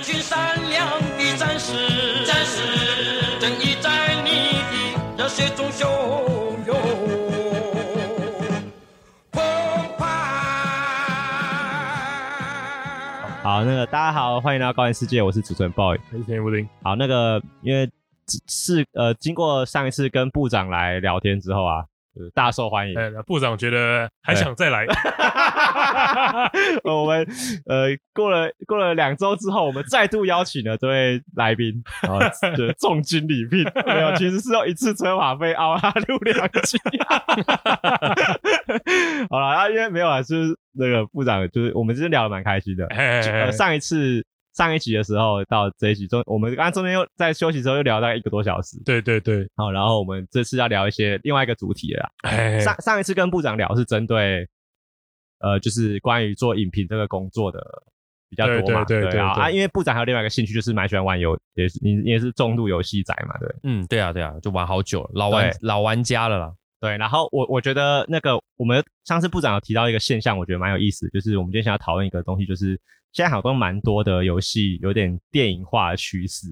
群善良的战士，正义在你的热血中汹涌澎湃。 好，那个大家好，欢迎来到高玩世界，我是主持人 boy， 我是田布丁。 好，那个因为经过上一次跟部长来聊天之后啊，大受欢迎。 部长觉得还想再来。 我们过了2周之后，我们再度邀请了这位来宾，然后就重金礼聘，没有，其实是用一次车马费凹他录2集。好了，因为没有啊，就是那个部长，就是我们今天聊得蛮开心的。上一集的时候到这一集中，我们刚刚中间又在休息的时候又聊大概1个多小时。 对对对。 好，然后我们这次要聊一些另外一个主题了啦。上一次跟部长聊是针对就是关于做影评这个工作的比较多嘛。对啊，因为部长还有另外一个兴趣，就是蛮喜欢玩你也是重度游戏宅嘛，对。 对啊，就玩好久了，老玩家了啦。 对，然后我觉得那个我们上次部长有提到一个现象，我觉得蛮有意思，就是我们今天想要讨论一个东西，就是现在好像蛮多的游戏有点电影化的趋势。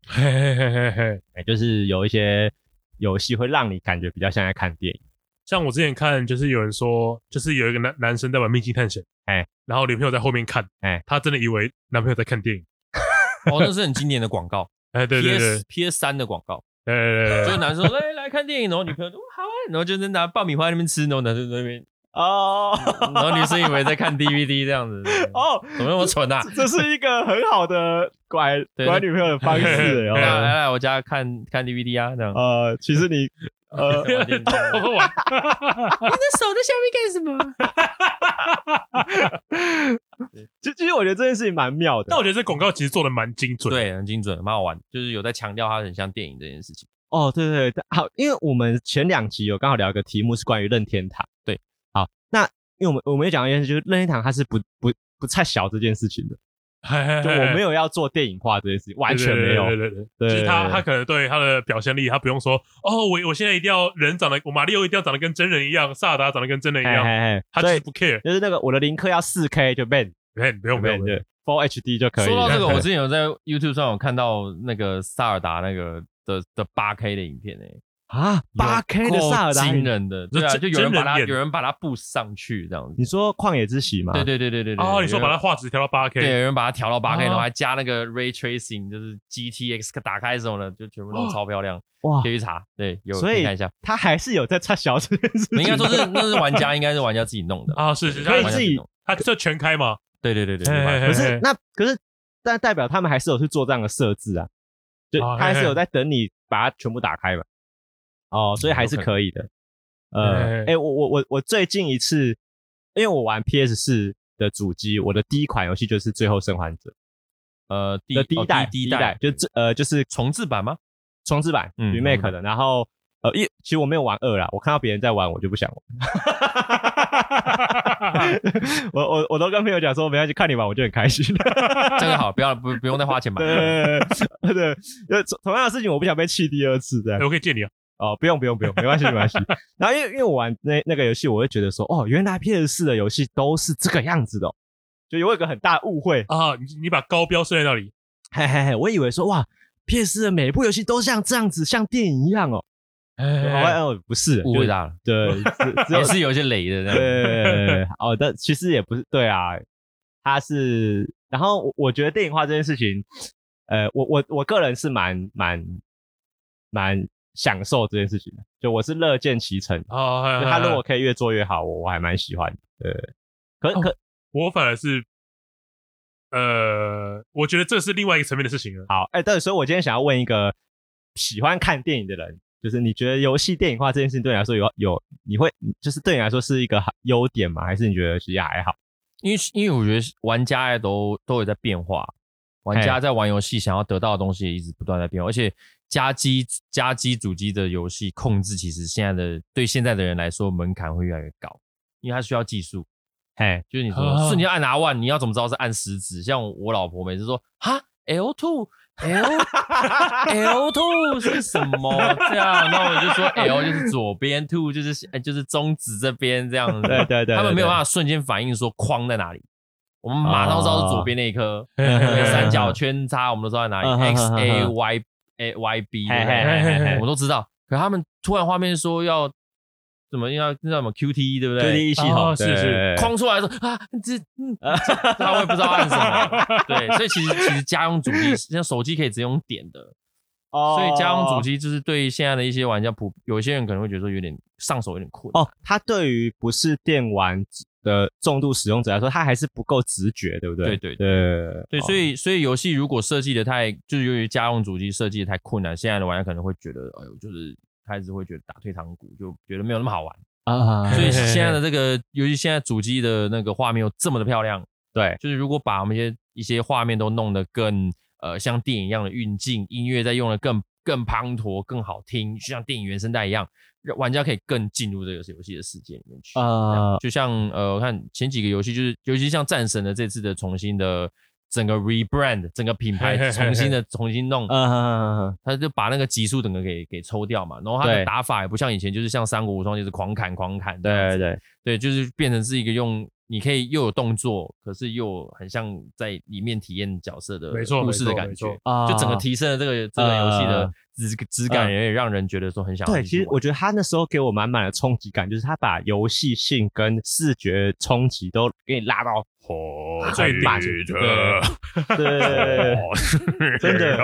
就是有一些游戏会让你感觉比较像在看电影。 像我之前看，就是有人说，就是有一个男生在玩《秘境探险》，然后女朋友在后面看，他真的以为男朋友在看电影。 哦，那是很经典的广告。 对 PS3 的广告。对，就男生说来看电影，然后女朋友说好啊，然后就是拿爆米花在那边吃，然后男生在那边然后女生以为在看 DVD 这样子。怎么那么蠢啊？ 这是一个很好的拐女朋友的方式。 来我家看 DVD 啊，这样。 其实你玩你的手在下面干什么？ 其实我觉得这件事情蛮妙的， 但我觉得这广告其实做的蛮精准， 对，很精准，蛮好玩，就是有在强调它很像电影这件事情。 对，好，因为我们前2集有刚好聊一个题目是关于任天堂， 对， 好，那因为我们也讲到一件事，就是任天堂它是不太小这件事情的。就我没有要做电影化这件事情，完全没有。 对，就是他可能对他的表现力，他不用说我现在一定要我马里奥一定要长得跟真人一样，萨尔达长得跟真人一样，他就是不 care， 就是那个我的林克要 4K 就 ban， 不用 Full HD 就可以了。 说到这个，我之前有在 YouTube 上有看到那个萨尔达那个的 8K 的影片 8K 的萨尔达， 惊人的，对啊，就有人把它布上去这样子。 你说旷野之息吗？ 对。 你说把它画质调到 8K， 对，有人把它调到 8K，然后还加那个 Ray Tracing， 就是 GTX 打开的时候呢，就全部都超漂亮。哇，可以去查，对，可以看一下。 他还是有在插小这件事情。 应该说那是玩家，应该是玩家自己弄的是可以自己， 他这全开吗？ 对。 可是但代表他们还是有去做这样的设置啊，就他还是有在等你把它全部打开嘛。所以还是可以的。我最近一次，因为我玩 PS4 的主机，我的第一款游戏就是《最后生还者》第一代，就是重置版吗？ 重置版remake 的。然后其实我没有玩2啦，我看到别人在玩，我就不想玩。我都跟朋友讲说，没关系，看你玩我就很开心。 这个好，不用再花钱买。 对，同样的事情我不想被气第2次这样。 我可以借你啊。 不用，没关系。然后因为我玩那个游戏，我会觉得说，原来 PS4 的游戏都是这个样子的，就有一个很大的误会啊。你把高标设在那里， 我以为说哇 PS4 的每一部游戏都像这样子，像电影一样不是， 误会大了。 对， 也是有一些雷的。 对，但其实也不是，对啊，它是。然后我觉得电影化这件事情，我个人是蛮享受这件事情的，就我是乐见其成。他如果可以越做越好，我还蛮喜欢的。 我反而是，我觉得这是另外一个层面的事情了。 好，对，所以我今天想要问一个喜欢看电影的人，就是你觉得游戏电影化这件事情对你来说你会就是对你来说是一个优点吗？还是你觉得其实还好？ 因为我觉得玩家都有在变化，玩家在玩游戏想要得到的东西也一直不断在变化，而且家机主机的游戏控制，其实对现在的人来说门槛会越来越高，因为它需要技术。就是你说瞬间按R1，你要怎么知道是按食指？像我老婆每次说L2 是什么？这样，那我就说 L 就是左边 ，2 就是中指这边这样子。 对， 他们没有办法瞬间反应说框在哪里。 我们马上知道是左边那一颗，三角圈叉我们都知道在哪里 ，X A Y B， 我们都知道。可他们突然画面说要怎么要那什么 QTE 对不对 ？QTE 系统是框出来说啊，他会不知道按什么。对，所以其实家用主机像手机可以直接用点的。所以家用主机就是对现在的一些玩家有一些人可能会觉得说有点上手有点困哦。它对于不是电玩的重度使用者来说，它还是不够直觉，对不对？ 对，所以游戏如果设计的就是由于家用主机设计的太困难，现在的玩家可能会觉得，哎呦，就是开始会觉得打退堂鼓，就觉得没有那么好玩啊。所以现在的这个，尤其现在主机的那个画面又这么的漂亮，对，就是如果把我们一些画面都弄得更像电影一样的运镜，音乐再用的更滂沱、更好听，就像电影原声带一样，让玩家可以更进入这个游戏的世界里面去。就像我看前几个游戏，就是尤其像战神的这次的重新的整个 rebrand， 整个品牌重新弄，他就把那个级数整个给抽掉嘛，然后他的打法也不像以前，就是像三国无双就是狂砍，对，就是变成是一个用。你可以又有动作，可是又很像在里面体验角色的故事的感觉，就整个提升了这个游戏的质感，也让人觉得说很想要。 对，其实我觉得他那时候给我满满的冲击感，就是他把游戏性跟视觉冲击都给你拉到最满的， 对，真的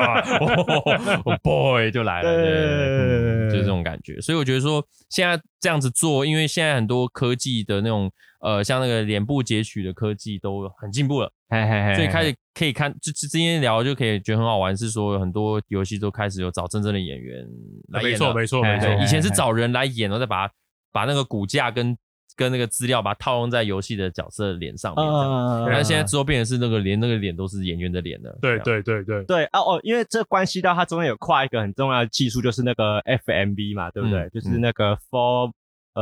，boy 就来了，就是这种感觉。所以我觉得说现在这样子做，因为现在很多科技的那种像那个脸部截取的科技都很进步了，所以开始可以看，就之前聊就可以觉得很好玩，是说很多游戏都开始有找真正的演员来演了， 没错， 以前是找人来演，然后再把那个骨架跟那个资料把它套用在游戏的角色的脸上面，但现在之后变成是连那个脸都是演员的脸了。 对， 因为这关系到它中间有跨一个很重要的技术，就是那个 FMV 嘛，对不对？就是那个 Full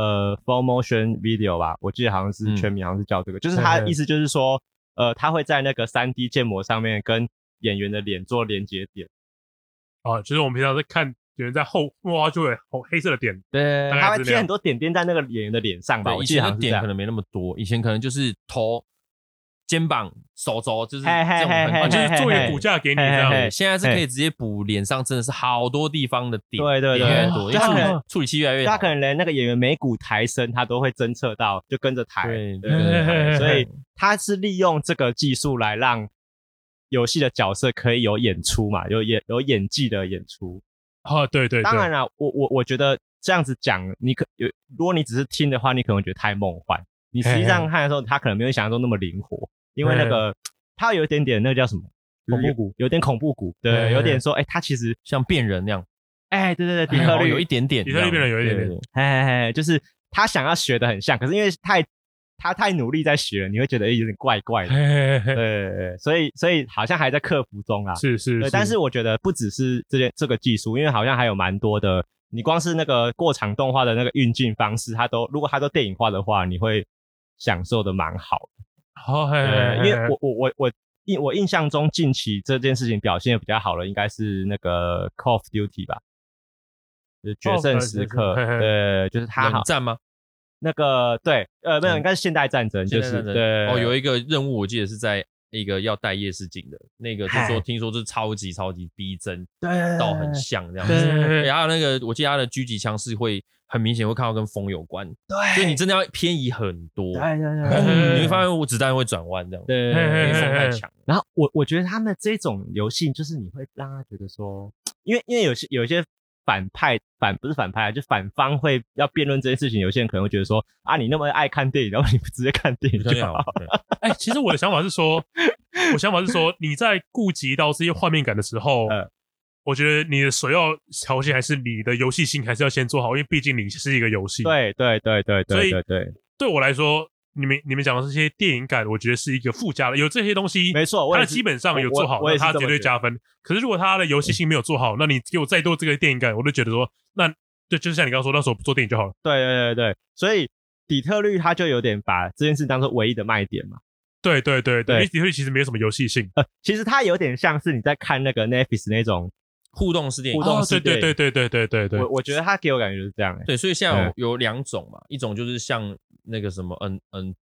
Motion Video 吧，我记得好像是全名好像是叫这个，就是它的意思就是说，它会在那个 3D 建模上面跟演员的脸做连接点。 就是我们平常在看。有人在幕后就会黑色的点， 对，他会贴很多点点在那个演员的脸上吧。 以前的点可能没那么多，以前可能就是头、肩膀、手肘，就是这种， 就是做一个骨架给你这样。 现在是可以直接补脸上，真的是好多地方的点， 对， 越来越多，因为处理器越来越好。 他可能连那个演员眉骨抬升，他都会侦测到，就跟着抬。 对， 所以他是利用这个技术来让游戏的角色可以有演出嘛，有演技的演出。 对， 当然啦，我觉得这样子讲，如果你只是听的话，你可能觉得太梦幻。你实际上看的时候，它可能没有想象中那么灵活，因为那个它有一点点那个叫什么恐怖谷， 有点恐怖谷，对，有点说，它其实像变人那样。 对，底特律有一点点， 底特律变人有一点点， 就是他想要学的很像，可是因为他太努力在学了，你会觉得有点怪怪的，对，所以好像还在克服中啦。 是， 对，但是我觉得不只是这个技术，因为好像还有蛮多的，你光是那个过场动画的那个运镜方式，如果它都电影化的话，你会享受的蛮好的。因为我印象中近期这件事情表现的比较好的应该是那个 Call of Duty 吧，就是决胜时刻，对，就是它好战吗？ 那个对，没有，应该是现代战争，就是对。 有一个任务，我记得是在一个要戴夜视镜的那个，听说是超级逼真，到很像这样子。然后那个，我记得他的狙击枪是会很明显会看到跟风有关， 对， 所以你真的要偏移很多， 对， 你会发现子弹会转弯这样， 对， 因为风太强。 然后我觉得他们这种游戏，就是你会让他觉得说，因为有些。不是反派就反方会要辩论这件事情，有些人可能会觉得说你那么爱看电影，然后你不直接看电影就好。 其实我的想法是说，你在顾及到这些画面感的时候，我觉得你的首要条件还是你的游戏性还是要先做好，因为毕竟你是一个游戏。 对，所以对我来说。你们讲的这些电影感，我觉得是一个附加的，有这些东西， 没错， 它基本上有做好，那它绝对加分。可是如果它的游戏性没有做好，那你给我再多这个电影感，我就觉得说，那就是像你刚刚说，那时候做电影就好了。 对，所以底特律它就有点把这件事当做唯一的卖点嘛。 对，因为底特律其实没有什么游戏性， 其实它有点像是你在看那个 Netflix 那种互动式电影。 对， 我觉得它给我感觉就是这样。 对，所以现在有两种嘛，一种就是像那个什么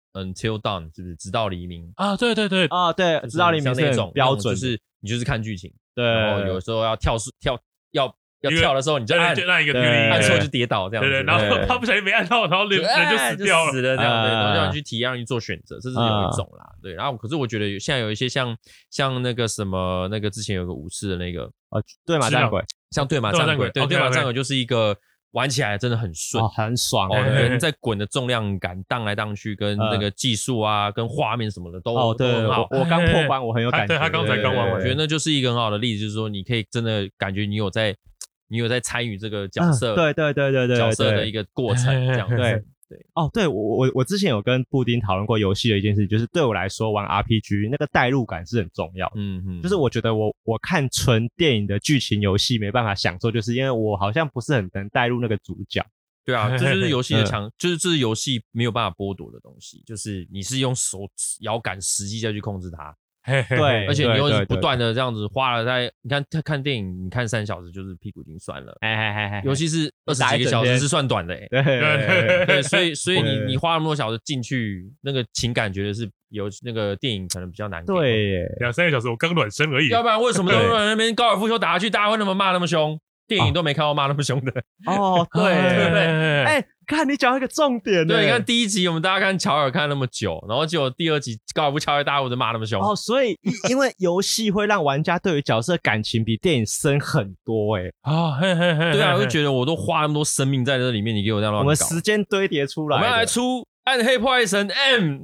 Until Dawn 是不是直到黎明啊？对对对啊，对，直到黎明是那种标准， 就是你就是看剧情， 对， 然后有时候要要跳的时候，你就按一个按错就跌倒这样子， 对，然后他不小心没按到，然后人就死掉了， 死了这样对，然后让你去体验，让你做选择，这是有一种啦，对。然后可是我觉得现在有一些像那个什么那个之前有个武士的那个对马战鬼， 像对马战鬼，对马战鬼就是一个玩起来真的很顺， 很爽， 人在滚的重量感荡来荡去，跟那个技术啊，跟画面什么的都对， 很好。 我刚破关，我很有感觉， 对他刚才刚玩， 我觉得那就是一个很好的例子，就是说你可以真的感觉你有在参与这个角色， 对角色的一个过程，这样对。 对我之前有跟布丁讨论过游戏的一件事，就是对我来说玩 RPG 那个代入感是很重要，就是我觉得我看纯电影的剧情游戏没办法享受，就是因为我好像不是很能代入那个主角。 对啊，这就是游戏的强，就是这是游戏没有办法剥夺的东西，就是你是用手摇杆实际再去控制它。 对， 而且你又是不断的这样子花了你看电影，你看3小时就是屁股已经酸了，尤其是20几个小时是算短的，对，所以你花那么多小时进去，那个情感觉得是有那个电影可能比较难给。 对 ，2-3个小时我刚暖身而已， 要不然为什么那边高尔夫球打下去，大家会那么骂那么凶？电影都没看到骂那么凶的。 对不对？看你讲一个重点， 对，你看第1集我们大家看乔尔看那么久，然后结果第2集高尔夫乔尔大家会骂那么凶。 所以因为游戏会让玩家对于角色感情比电影深很多，对啊，我就觉得我都花那么多生命在这里面，你给我这样乱搞， 我们时间堆叠出来， 我们要来出暗黑破坏神 M，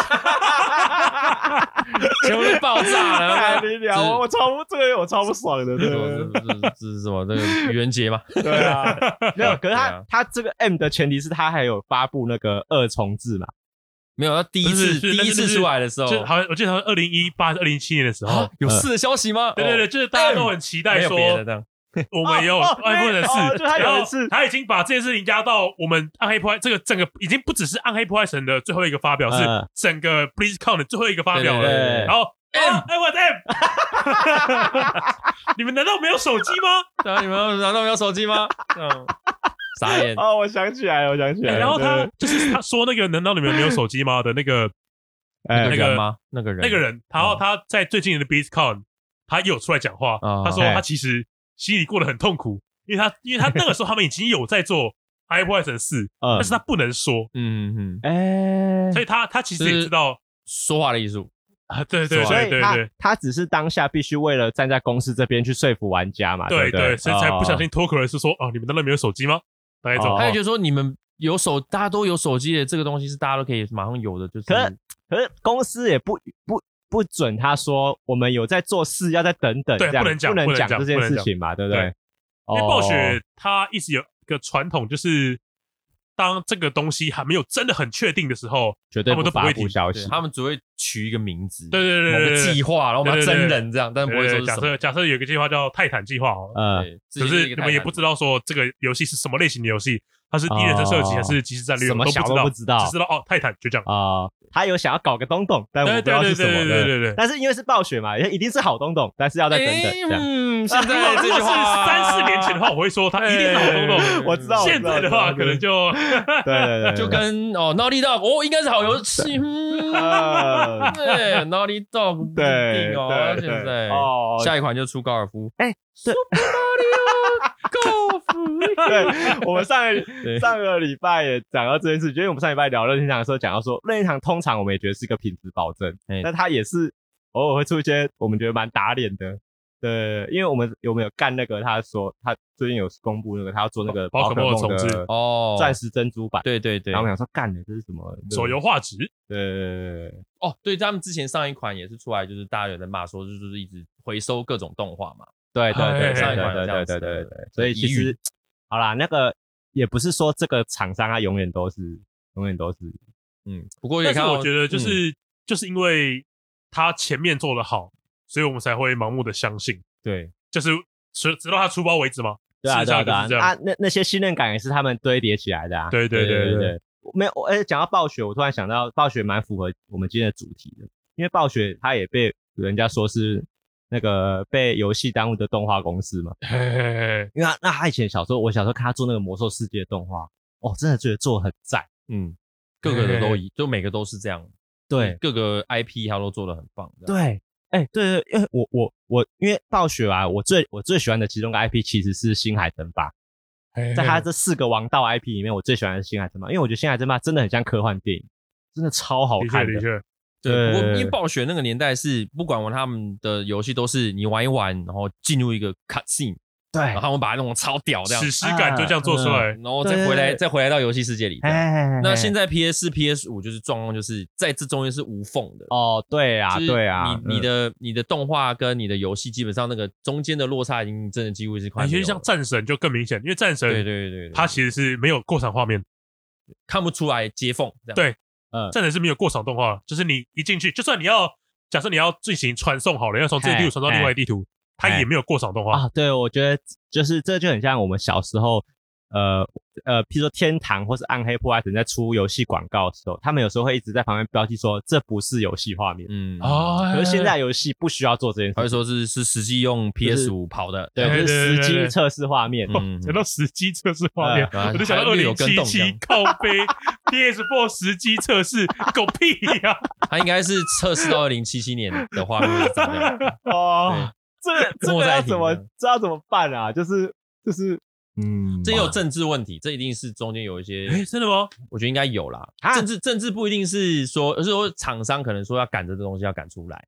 全部都爆炸了！ 你聊我超不爽的， 这是什么？这个愚人节吗？ 对啊，没有。可是他这个 M 的前提是他还有发布那个2重置嘛？ 没有，他第一次出来的时候， 好像我记得好像2018还是2017年的时候有4的消息吗？ 对，就是大家都很期待说。我们有暗黑破坏神4， 就他有一次， 他已经把这件事情压到我们暗黑破坏这个整个已经不只是暗黑破坏神的最后一个发表，是整个 BlizzCon 的最后一个发表了。然后我的 M， 你们难道没有手机吗？ 对啊，你们难道没有手机吗？傻眼我想起来了。 然后他就是他说那个难道你们没有手机吗的那个人吗？那个人， 然后他在最近的 BlizzCon 他也有出来讲话，他说他其实心里过得很痛苦，因为他那个时候他们已经有在做暗黑破坏神4，但是他不能说，所以他其实也知道说话的艺术啊，对， 所以他只是当下必须为了站在公司这边去说服玩家嘛，对， 所以才不小心脱口而出说你们难道没有手机吗？大概这种， 他就觉得说你们大家都有手机的这个东西是大家都可以马上有的，就是可是公司也不准他说我们有在做事，要再等等， 对，不能讲这件事情嘛，对不对？ 因为暴雪他一直有一个传统，就是当这个东西还没有真的很确定的时候， 绝对他们都不会提消息， 他们只会取一个名字， 对， 某个计划，然后我们要真人这样，但不会说假设有一个计划叫泰坦计划好了，可是你们也不知道说这个游戏是什么类型的游戏，它是第一人称射击还是即时战略， 什么小都不知道， 只知道泰坦就这样他有想要搞个东东，但我不知道是什么。 对。 但是因为是暴雪嘛，一定是好东东，但是要再等等。 现在这句话 3-4年前的话，我会说他一定是好东东。 我知道。 现在的话，可能就对， 就跟Naughty Dog 应该是好游戏。对 ，Naughty Dog 对现在下一款就出高尔夫。 对。对，我们上个礼拜也讲到这件事，因为我们上礼拜聊任天堂的时候讲到说，任天堂通常我们也觉得是一个品质保证，但它也是偶尔会出一些我们觉得蛮打脸的。对，因为我们有干那个，他说他最近有公布那个他要做那个宝可梦的钻石珍珠版， 对， 然后我们想说干的这是什么手游画质？ 对，他们之前上一款也是出来，就是大家有在骂说，就是一直回收各种动画嘛。 对， 上一款对，所以其实好啦，那个也不是说这个厂商他永远都是， 不过但是我觉得就是因为他前面做得好，所以我们才会盲目的相信， 对， 就是直到他出包为止嘛。 对啊，那些信任感也是他们堆叠起来的啊。 对， 没有，讲到暴雪，我突然想到暴雪蛮符合我们今天的主题的，因为暴雪它也被人家说是那个被游戏耽误的动画公司嘛，因为那他以前我小时候看他做那个魔兽世界的动画，真的觉得做得很赞， 各个的就每个都是这样。 对， 各个 IP 它都做得很棒。 对，对，因为我因为暴雪啊，我最喜欢的其中一个 IP 其实是星海争霸。在他这4个王道 IP 里面，我最喜欢的是星海争霸，因为我觉得星海争霸真的很像科幻电影，真的超好看的。 的确。 对，不过因为暴雪那个年代是不管玩他们的游戏都是你玩一玩，然后进入一个 cutscene， 对， 然后他们把它弄得超屌这样， 史诗感就这样做出来， 然后再回来到游戏世界里。那现在 PS4、PS5 就是状况就是在这中间是无缝的。 哦，对啊，对啊， 你的动画跟你的游戏基本上那个中间的落差已经真的几乎是快没有了。 其实像战神就更明显，因为战神对， 它其实是没有过场画面， 看不出来接缝这样。 对。战神是没有过场动画，就是你一进去，就算假设你要进行传送好了，要从这个地图传到另外一个地图，它也没有过场动画啊。对，我觉得就是这就很像我们小时候，譬如说天堂或是暗黑破坏神在出游戏广告的时候，他们有时候会一直在旁边标记说这不是游戏画面。可是现在游戏不需要做这件事， 他会说是实际用 PS5 跑的， 对，就是实机测试画面。 讲到实机测试画面，我就想到2077靠背 PS4 实机测试，狗屁呀！ 他应该是测试到2077年的画面是怎么样？ 哦，这个要怎么办啊？就是。 这也有政治问题，这一定是中间有一些。 真的吗？ 我觉得应该有啦。政治不一定是说，而是说厂商可能说要赶着这东西要赶出来。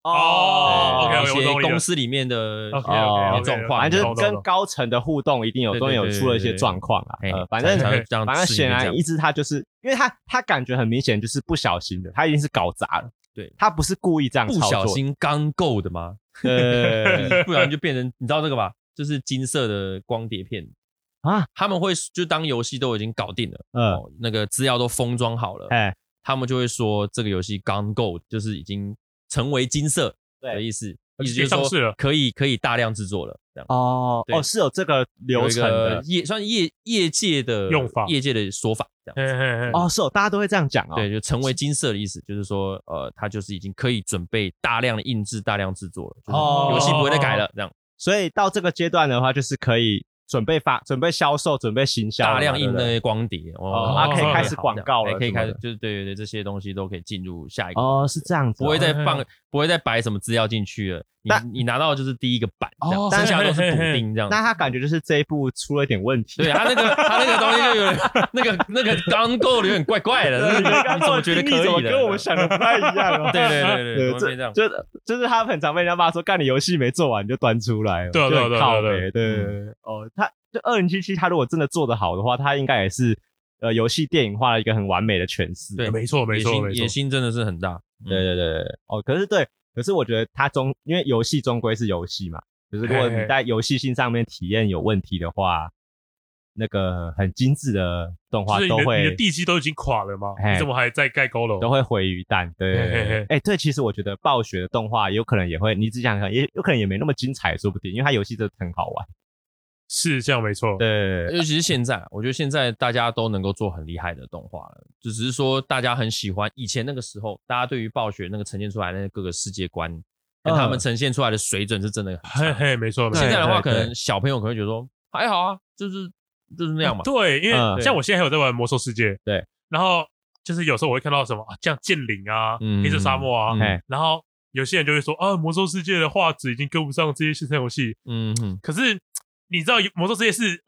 OK， 一些公司里面的状况， 反正就是跟高层的互动一定有中间有出了一些状况啊。反正显然一直他就是因为他感觉很明显就是不小心的，他一定是搞砸了。 对， 他不是故意这样操作， 不小心刚够的吗？不然就变成你知道这个吧？就是金色的光碟片。他们会就当游戏都已经搞定了，那个资料都封装好了，他们就会说这个游戏刚够，就是已经成为金色的意思，意思就是说可以大量制作了，这样。 是有这个流程的， 算业界的用法， 业界的说法，这样。 是大家都会这样讲啊。 对，就成为金色的意思，就是说它就是已经可以准备大量的印制、大量制作了，就是游戏不会再改了，这样。 所以到这个阶段的话，就是可以。准备销售，准备行销， 大量印那些光碟， 可以开始广告了， 可以开始，就是对，这些东西都可以进入下一个。 是这样子， 不会再摆什么资料进去了。你拿到就是第一个版，剩下都是补丁这样。 那他感觉就是这一步出了一点问题。 对，他那个东西就有那个刚够有点怪怪的，你怎么觉得可以的？怎么跟我们想的不太一样？ 对，这样就是他很常被人家骂说，干你游戏没做完就端出来， 对， 他就2077，他如果真的做得好的话，他应该也是游戏电影化的一个很完美的诠释。 对，没错， 野心真的是很大。 对。可是我觉得因为游戏终归是游戏嘛，就是如果你在游戏性上面体验有问题的话，那个很精致的动画都会， 你的地基都已经垮了吗？你怎么还在盖高楼？ 都会毁于蛋。对，对，其实我觉得暴雪的动画有可能也会，你只想看，也有可能也没那么精彩，说不定，因为它游戏真的很好玩。 是这样，没错。 对， 尤其是现在，我觉得现在大家都能够做很厉害的动画了，就只是说大家很喜欢以前那个时候，大家对于暴雪那个呈现出来的那各个世界观，跟他们呈现出来的水准是真的很差。没错。 现在的话，可能小朋友可能会觉得说还好啊，就是那样嘛。 对，因为像我现在还有在玩魔兽世界， 对， 然后就是有时候我会看到什么像剑灵啊、黑色沙漠啊，然后有些人就会说魔兽世界的画质已经跟不上这些线上游戏。可是你知道魔兽世界是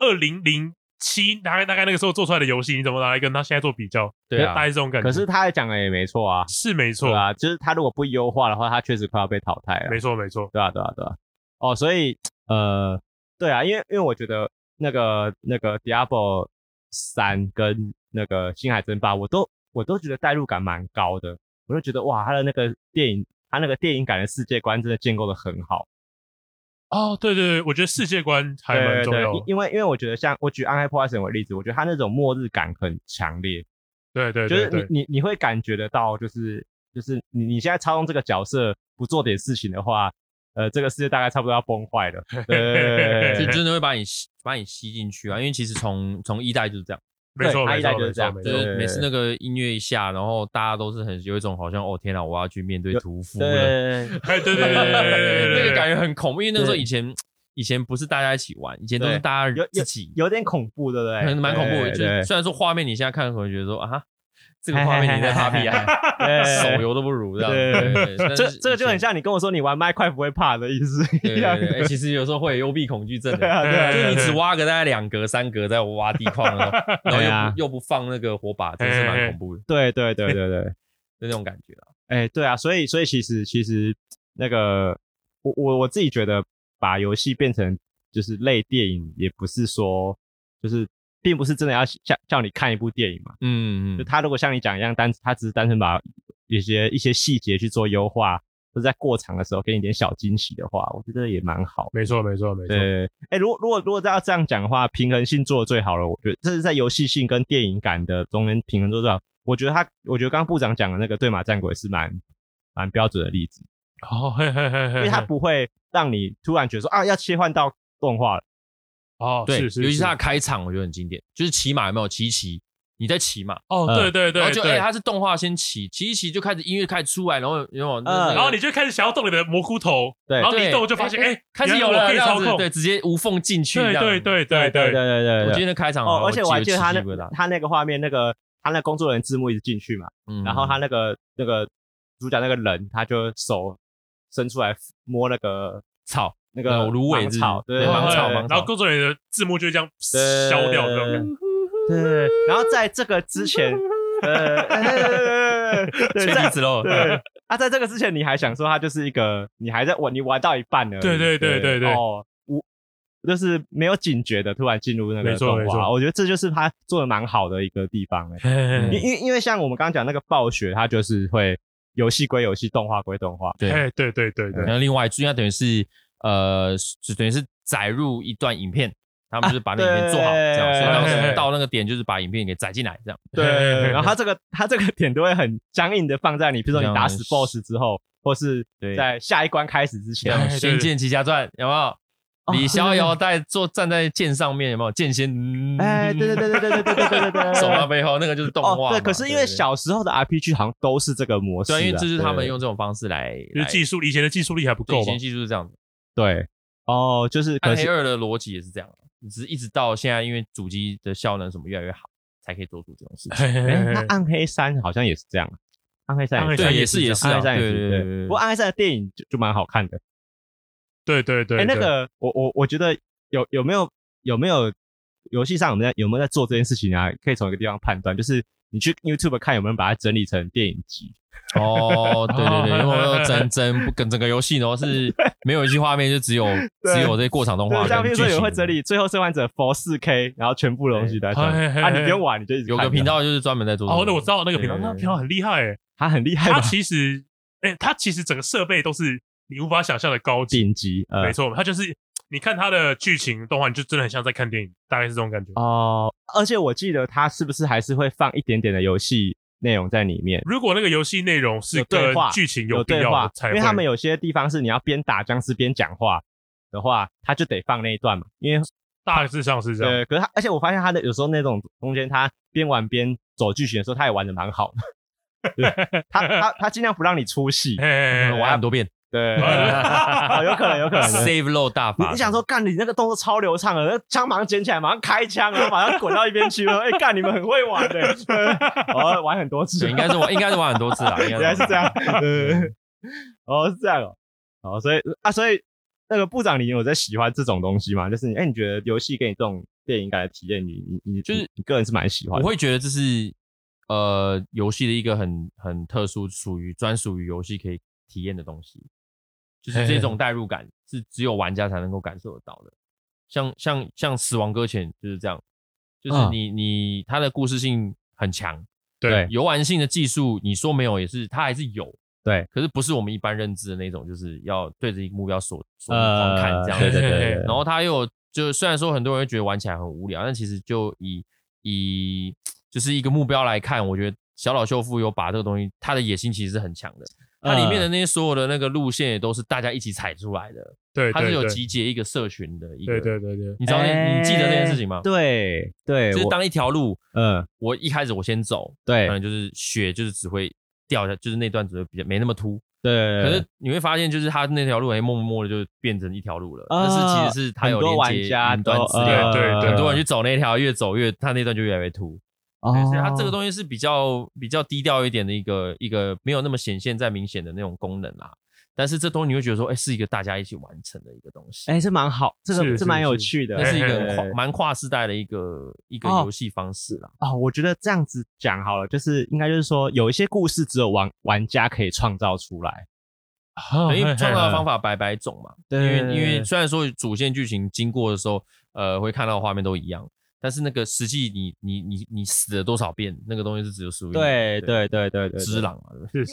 2007大概那个时候做出来的游戏，你怎么拿来跟他现在做比较？ 对啊， 大概是这种感觉。 可是他讲的也没错啊， 是没错啊，就是他如果不优化的话，他确实快要被淘汰了。 没错， 对啊。所以对啊，因为我觉得那个 Diablo 3跟那个星海争霸，我都觉得代入感蛮高的，我就觉得哇，他那个电影感的世界观真的建构的很好。 对，我觉得世界观还蛮重要的。 因为我觉得像我举暗黑破坏神为例子，我觉得他那种末日感很强烈。 对， 就是你会感觉得到，就是你现在操纵这个角色不做点事情的话，这个世界大概差不多要崩坏了。 对，就真的会把你吸进去啊！因为其实从1代就是这样。 没错， 一代就是这样， 就是每次那个音乐一下，然后大家都是有一种好像天哪，我要去面对屠夫了。 对， 那个感觉很恐怖，因为那时候以前不是大家一起玩，以前都是大家自己， 有点恐怖，对不对？ 蛮恐怖的。就虽然说画面你现在看可能觉得说这个画面你在发屁啊，手游都不如这样。对， 这个就很像你跟我说你玩麦块不会怕的意思一样。 对，其实有时候会有幽闭恐惧症的， 对， 就是你只挖个大概2格3格在挖地矿的时候，然后又不放那个火把，真是蛮恐怖的。 对， 就那种感觉啦。对啊，所以其实那个我自己觉得把游戏变成就是类电影，也不是说就是并不是真的要叫你看一部电影嘛。就他如果像你讲一样他只是单纯把一些细节去做优化，或者在过场的时候给你点小惊喜的话，我觉得也蛮好。 没错。 对，如果要这样讲的话，平衡性做的最好了，我觉得这是在游戏性跟电影感的中间平衡做最好。我觉得刚刚部长讲的那个对马战鬼是蛮标准的例子。因为他不会让你突然觉得说要切换到动画了。 对，尤其是他的开场，我觉得很经典，就是骑马有没有骑，你在骑嘛？ 对， 然后就他是动画先骑就开始音乐开始出来，然后然后你就开始想要动你的蘑菇头， 对， 然后你一动就发现开始有了可以操控， 对，直接无缝进去。对， 我记得开场， 而且我还记得他那个画面，他那工作人员字幕一直进去嘛，然后他那个主角那个人，他就手伸出来摸那个草。那个芦苇草，对， 芒草，然后工作人员的字幕就这样消掉这种感觉。 对，然后在这个之前， 确定之后， 对，在这个之前你还想说他就是一个，你还在玩，你玩到一半呢， 对， 就是没有警觉的突然进入那个动画，我觉得这就是他做的蛮好的一个地方。因为像我们刚刚讲那个暴雪，他就是会游戏归游戏，动画归动画， 对。 然后另外应该等于是。就等于是载入一段影片，他们就是把那影片做好，这样，所以当时到那个点就是把影片给载进来，这样。 对，然后他这个点都会很僵硬的放在你，比如说你打死 BOSS 之后，或是在下一关开始之前， 《仙剑奇侠传》有没有？李逍遥站在剑上面，有没有剑仙？ 对， 手到背后那个就是动画。 对，可是因为小时候的 RPG 好像都是这个模式， 对，因为这是他们用这种方式来， 就是技术，以前的技术力还不够， 以前技术是这样子。 对，就是暗黑2的逻辑也是这样，只是一直到现在，因为主机的效能什么越来越好，才可以做出这种事情。 那暗黑3好像也是这样，暗黑3 也是， 暗黑3也是。对，不过暗黑3的电影就蛮好看的。 对。 那个我觉得有没有游戏上有没有在做这件事情啊？可以从一个地方判断，就是你去 YouTube 看有没有人把它整理成电影集。 对，因为整个游戏呢是没有一句画面，就只有这些过场动画。 像比如说有人会整理《最后生还者》for 4K， 然后全部的东西在上。你不用玩，你就一直看。 有个频道就是专门在做。 那我知道那个频道，那频道很厉害他很厉害。 他其实整个设备都是你无法想象的高级顶级。 没错，他就是你看他的剧情动画，你就真的很像在看电影，大概是这种感觉。 而且我记得他是不是还是会放一点点的游戏内容在里面？ 如果那个游戏内容是跟剧情有必要的才会， 因为他们有些地方是你要边打僵尸边讲话的话，他就得放那一段嘛。因为大致上是这样。 对，可是而且我发现他的有时候那种中间他边玩边走剧情的时候，他也玩得蛮好的。他尽量不让你出戏， 玩很多遍。 对，有可能 save load 大法。 你想说，干你那个动作超流畅的，那枪马上捡起来，马上开枪，然后马上滚到一边去了。干你们很会玩的，玩很多次， 应该是玩很多次啦， 原来是这样。是这样所以那个部长，你有在喜欢这种东西吗？就是你觉得游戏给你这种电影感的体验，你就是你个人是蛮喜欢的。 我会觉得这是游戏的一个很特殊，专属于游戏可以体验的东西。就是这种代入感是只有玩家才能够感受得到的，像死亡搁浅就是这样，就是它的故事性很强， 对， 游玩性的技术你说没有也是，它还是有， 对， 可是不是我们一般认知的那种，就是要对着一个目标锁狂看这样， 对， 然后它又就虽然说很多人会觉得玩起来很无聊，但其实就以就是一个目标来看，我觉得小岛秀夫有把这个东西，他的野心其实是很强的。它里面的那些所有的那个路线也都是大家一起踩出来的， 对， 它是有集结一个社群的一个， 对， 你知道你记得这件事情吗？ 对， 就是当一条路，我一开始我先走，对，可能就是雪就是只会掉下，就是那段只会比较没那么凸， 对， 可是你会发现就是它那条路默默的就变成一条路了，但是其实是它有连接云端资料， 对， 很多人去走那条，越走越它那段就越来越凸。 对，所以它这个东西是比较低调一点的一个没有那么显现再明显的那种功能啦。但是这东西你会觉得说，是一个大家一起完成的一个东西， 这蛮好，这个是蛮有趣的， 那是一个蛮跨世代的一个游戏方式啦。 我觉得这样子讲好了，就是应该就是说，有一些故事只有玩家可以创造出来， 因为创造的方法百种嘛。对，因为虽然说主线剧情经过的时候，会看到的画面都一样。但是那个实际你死了多少遍，那个东西是只有属于对， 只狼嘛，对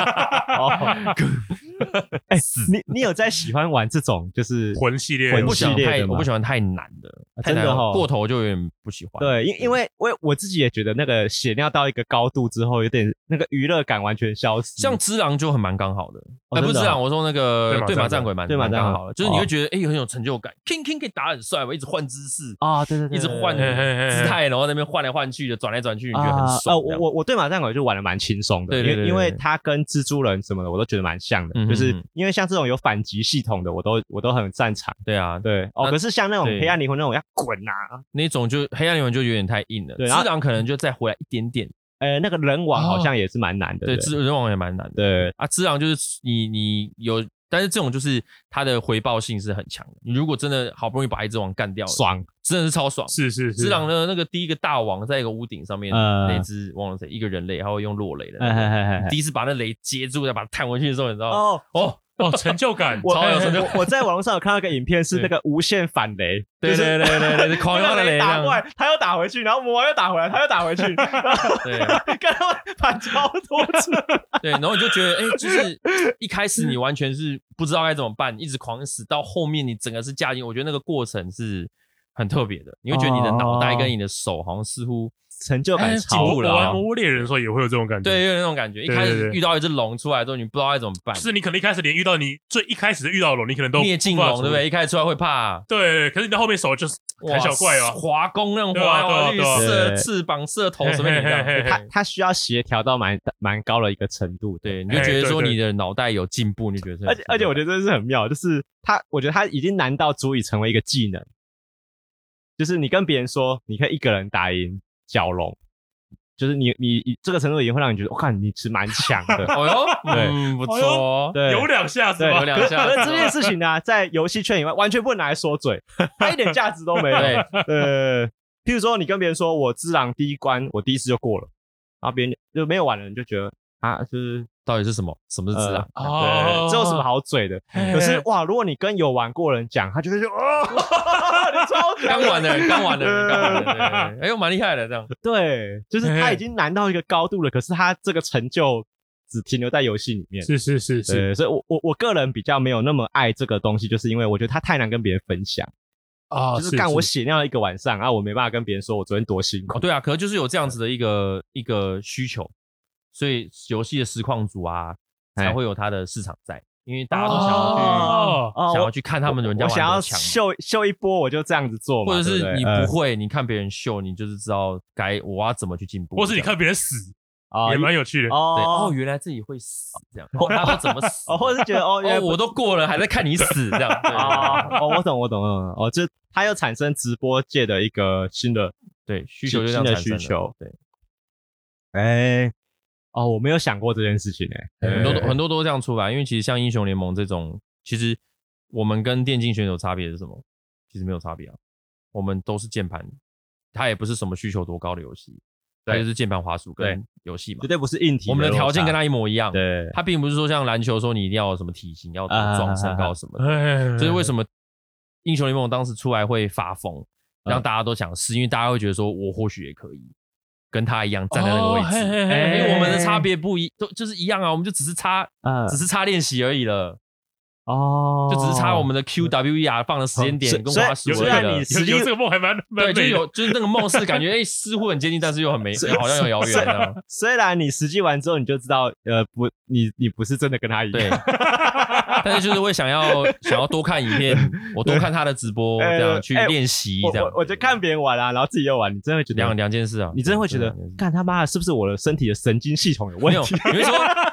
你有在喜欢玩这种就是魂系列？ 我不喜欢太难的，太难过头就有点不喜欢。 对，因为我自己也觉得那个血尿到一个高度之后，有点那个娱乐感完全消失。 像只狼就蛮刚好的，不是只狼，我说那个对马战鬼蛮刚好的，就是你会觉得很有成就感 ，King 可以打很帅，我一直换姿势对， 一直换姿态，然后那边换来换去的，转来转去，你觉得很爽。 我对马战鬼就玩的蛮轻松的，因为他跟蜘蛛人什么的我都觉得蛮像的，就是因为像这种有反击系统的，我都很擅长。 对啊， 对可是像那种黑暗灵魂那种要滚那种就黑暗灵魂就有点太硬了。只狼可能就再回来一点点。 那个人王好像也是蛮难的。 对，人王也蛮难的。对啊，只狼就是你有。但是这种就是它的回报性是很强的。你如果真的好不容易把一只王干掉了， 爽， 真的是超爽。 是。 只狼的那个第一个大王在一个屋顶上面，那只忘了谁，一个人类，他会用落雷的。第一次把那雷接住，再把它弹回去的时候，你知道哦，成就感， 超有成就。我在网络上有看到一个影片，是那个无限反雷， 对，狂用的雷打过来，他又打回去，然后魔王又打回来，他又打回去， 对， 跟他们反超多次。 对，然后你就觉得，就是一开始你完全是不知道该怎么办，一直狂死，到后面你整个是驾进，我觉得那个过程是很特别的，你会觉得你的脑袋跟你的手好像似乎。 成就感超了。玩魔物猎人的时候也会有这种感觉， 对，有那种感觉。一开始遇到一只龙出来之后，你不知道该怎么办。 是你可能一开始连遇到你最一开始遇到的龙，你可能都灭尽龙，对不对？一开始出来会怕， 对。可是你到后面手就是砍小怪啊， 滑弓那种滑去射翅膀、射头什么的。 它需要协调到蛮高的一个程度， 对，你就觉得说你的脑袋有进步，你觉得？ 而且我觉得真的是很妙，就是我觉得它已经难到足以成为一个技能，就是你跟别人说你可以一个人打赢蛟龙。就是你这个程度已经会让你觉得，我看你是蛮强的。 对，不错， 对， 有两下是吧？ 有两下。 可是这件事情呢，在游戏圈以外完全不能拿来说嘴，它一点价值都没有。譬如说你跟别人说我只狼第一关我第一次就过了，然后别人就没有玩的人就觉得就是到底是什么是只狼？ 对，这有什么好嘴的？可是哇，如果你跟有玩过的人讲，他就会说你超刚玩的人，哎呦，蛮厉害的这样。 对，就是他已经难到一个高度了，可是他这个成就只停留在游戏里面。 是， 所以我个人比较没有那么爱这个东西，就是因为我觉得它太难跟别人分享。就是干我血尿一个晚上我没办法跟别人说我昨天多辛苦。 对啊，可能就是有这样子的一个需求。所以游戏的实况组才会有它的市场在，因为大家都想要去看他们人家玩多强， 我想要秀一波，我就这样子做嘛。 或者是你不会，你看别人秀，你就是知道我要怎么去进步。 或是你看别人死也蛮有趣的。 对，原来自己会死这样，他都怎么死？ 或者是觉得我都过了，还在看你死这样。 我懂。就是它又产生直播界的一个新的需求，就这样产生的需求。对，我没有想过这件事情很多都这样出来，因为其实像英雄联盟这种，其实我们跟电竞选手差别是什么？其实没有差别啊，我们都是键盘，它也不是什么需求多高的游戏，它就是键盘滑鼠跟游戏嘛， 绝对不是硬体。 我们的条件跟它一模一样， 对， 它并不是说像篮球说你一定要有什么体型，要壮身高什么的，就是为什么英雄联盟当时出来会发疯，让大家都想试，因为大家会觉得说我或许也可以。跟他一样站在那个位置，因为我们的差别就是一样啊，我们就只是差练习而已了。就只是差我们的 QWER 放的时间点跟滑鼠。 虽然你有这个梦还蛮对，就是那个梦是感觉似乎很接近，但是又很好像有遥远的。 虽然你实际玩之后你就知道，你不是真的跟他一样。 对，但是就是会想要多看影片，我多看他的直播，这样去练习这样。 我就看别人玩然后自己又玩，你真的会觉得两件事啊， 你真的会觉得，干他妈的是不是我的身体的神经系统有问题？ 你会说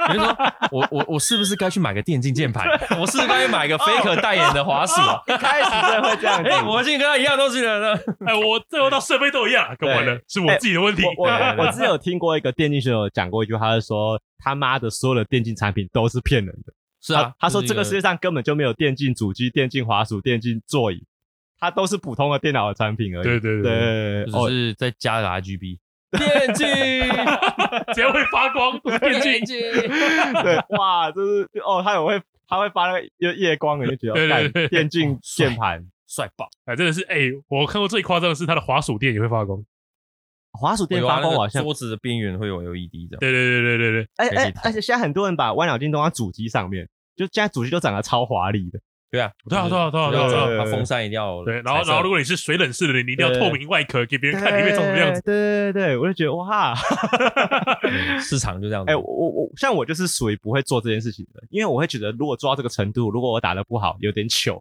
比如说我是不是该去买个电竞键盘？我是不是该买个 Faker 代言的滑鼠？ 一开始真的会这样子。 我进跟他一样东西了呢。 我最后到设备都一样，跟完了是我自己的问题。 我之前有听过一个电竞选手讲过一句话，他是说他妈的所有的电竞产品都是骗人的。 是啊， 他说这个世界上根本就没有电竞主机、电竞滑鼠、电竞座椅，它都是普通的电脑的产品而已。 对， 只是再加个 RGB。电竞只要会发光，电竞对，哇，就是他会发那个夜光，你就觉得对电竞键盘帅爆！ 真的是我看过最夸张的是它的滑鼠垫也会发光， 滑鼠垫发光好像桌子的边缘会有 LED 这样。 对， 而且现在很多人把弯脑镜都放主机上面，就现在主机都长得超华丽的。 对啊，它风扇一定要对，然后如果你是水冷式的，你一定要透明外壳给别人看里面长什么样子。 对，我就觉得哇， 市场就这样子。 我就是属于不会做这件事情的，因为我会觉得如果做到这个程度，如果我打得不好，有点糗。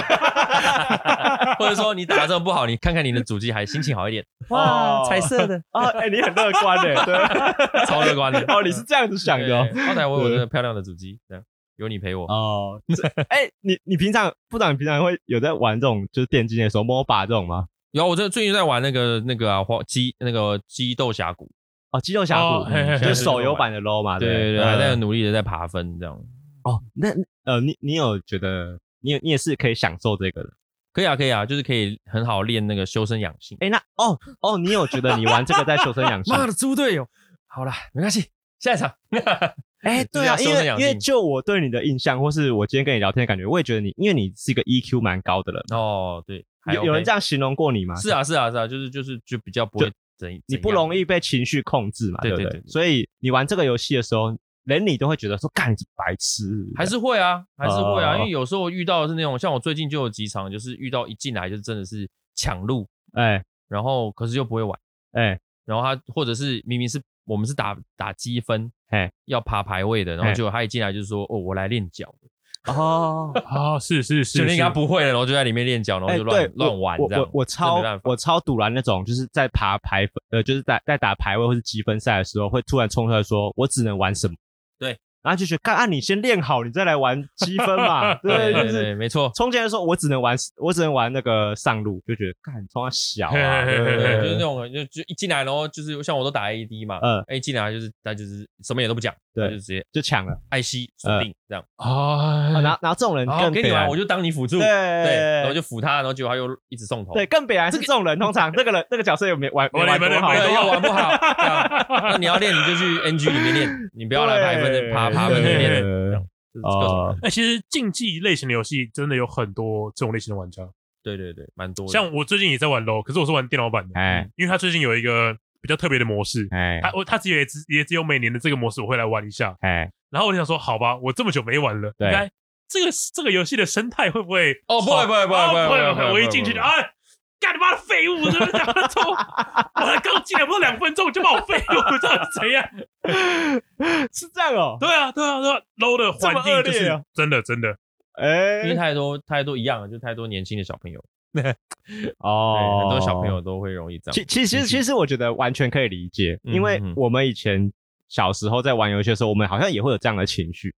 或者说你打得这么不好，你看看你的主机还心情好一点。哇，彩色的你很乐观的，对， 超乐观的。 你是这样子想的。 好歹我有这个漂亮的主机，这样。有你陪我你平常不知道你平常会有在玩这种就是电竞的时候 MOBA 这种吗？ 有，我最近在玩那个激斗峡谷激斗峡谷就是手游版的 LOL 嘛， 对，还在努力的在爬分这样。 那你有觉得你也是可以享受这个的？ 可以啊，就是可以很好练那个修身养性。 你有觉得你玩这个在修身养性？ 妈的猪队友！好啦，没关系，下一场。 对啊，因为就我对你的印象，或是我今天跟你聊天的感觉，我也觉得因为你是一个 EQ 蛮高的人。 对， 有人这样形容过你吗？ 是啊，就比较不会你不容易被情绪控制嘛，对不对？所以你玩这个游戏的时候，连你都会觉得说，干你是白痴， 还是会啊，因为有时候遇到的是那种，像我最近就有几场，就是遇到一进来就真的是抢路，然后可是又不会玩，然后他或者是明明是我们是打积分，要爬排位的，然后结果他一进来就是说，我来练脚的。 是， 就你应该不会了，然后就在里面练脚，然后就乱玩这样。 我超堵拦那种，就是在爬排分，就是在打排位或是积分赛的时候，会突然冲出来说，我只能玩什么？ 对。 然后就觉得，你先练好，你再来玩积分嘛。 对，没错。 冲进来说，我只能玩那个上路，就觉得，冲他小啊。 对，就是那种，就一进来，然后就是像我都打 AD 嘛，一进来他就是什么也都不讲，对，就直接就抢了， 艾希锁定这样。 然后这种人更给你玩，我就当你辅助，对，然后就辅他，然后结果他又一直送头。 对，更北蓝是这种人，通常那个角色有没玩多好， 又玩不好。那你要练，你就去 NG 里面练，你不要来排分爬分里面练。 其实竞技类型的游戏真的有很多这种类型的玩家。 对，蛮多的。 像我最近也在玩 LOL， 可是我是玩电脑版的，因为他最近有一个比较特别的模式，他也只有每年的这个模式我会来玩一下，然后我就想说，好吧，我这么久没玩了，应该这个游戏的生态会不会？ 不会， 我一进去就干你妈的废物！是不是？我才刚进来不到2分钟就把我废物，这是怎样？ 是这样哦。 对啊，low 的环境就是真的， 因为太多一样，就太多年轻的小朋友。很多小朋友都会容易这样。 其实我觉得完全可以理解，因为我们以前小时候在玩游戏的时候，我们好像也会有这样的情绪。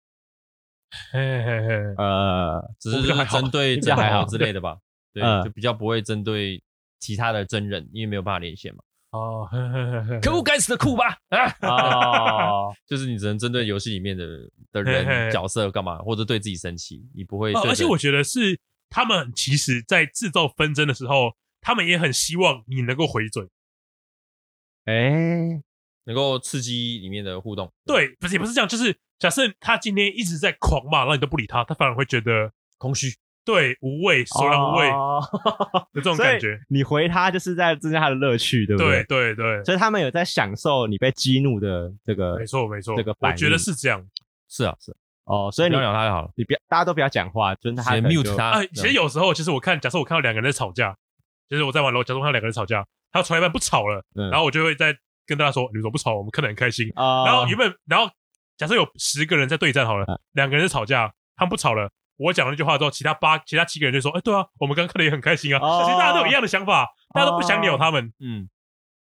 只是针对这还好之类的吧。对，就比较不会针对其他的真人，因为没有办法连线嘛。可恶，该死的库巴！就是你只能针对游戏里面的人角色干嘛，或者对自己生气，你不会。 而且我觉得是他们其实在制造纷争的时候，他们也很希望你能够回嘴， 能够刺激里面的互动。 对，也不是这样，就是假设他今天一直在狂骂，然后你都不理他，他反而会觉得空虚。 对，无味，索然无味的这种感觉。 你回他就是在增加他的乐趣，对不对？ 对。 所以他们有在享受你被激怒的这个， 没错。 这个反应， 我觉得是这样。 是啊。 所以你不要鸟他就好了， 你大家都不要讲话，就是他 mute 他。 其实有时候，其实假设我看到2个人在吵架，就是我在玩楼，假设我看到2个人吵架，他传一半不吵了，然后我就会再跟大家说：“你们怎么不吵？我们看得很开心。”然后假设有10个人在对战好了，2个人在吵架，他们不吵了。我讲了那句话之后，其他7个人就说：“对啊，我们刚刚看的也很开心啊。”其实大家都有一样的想法，大家都不想鸟他们。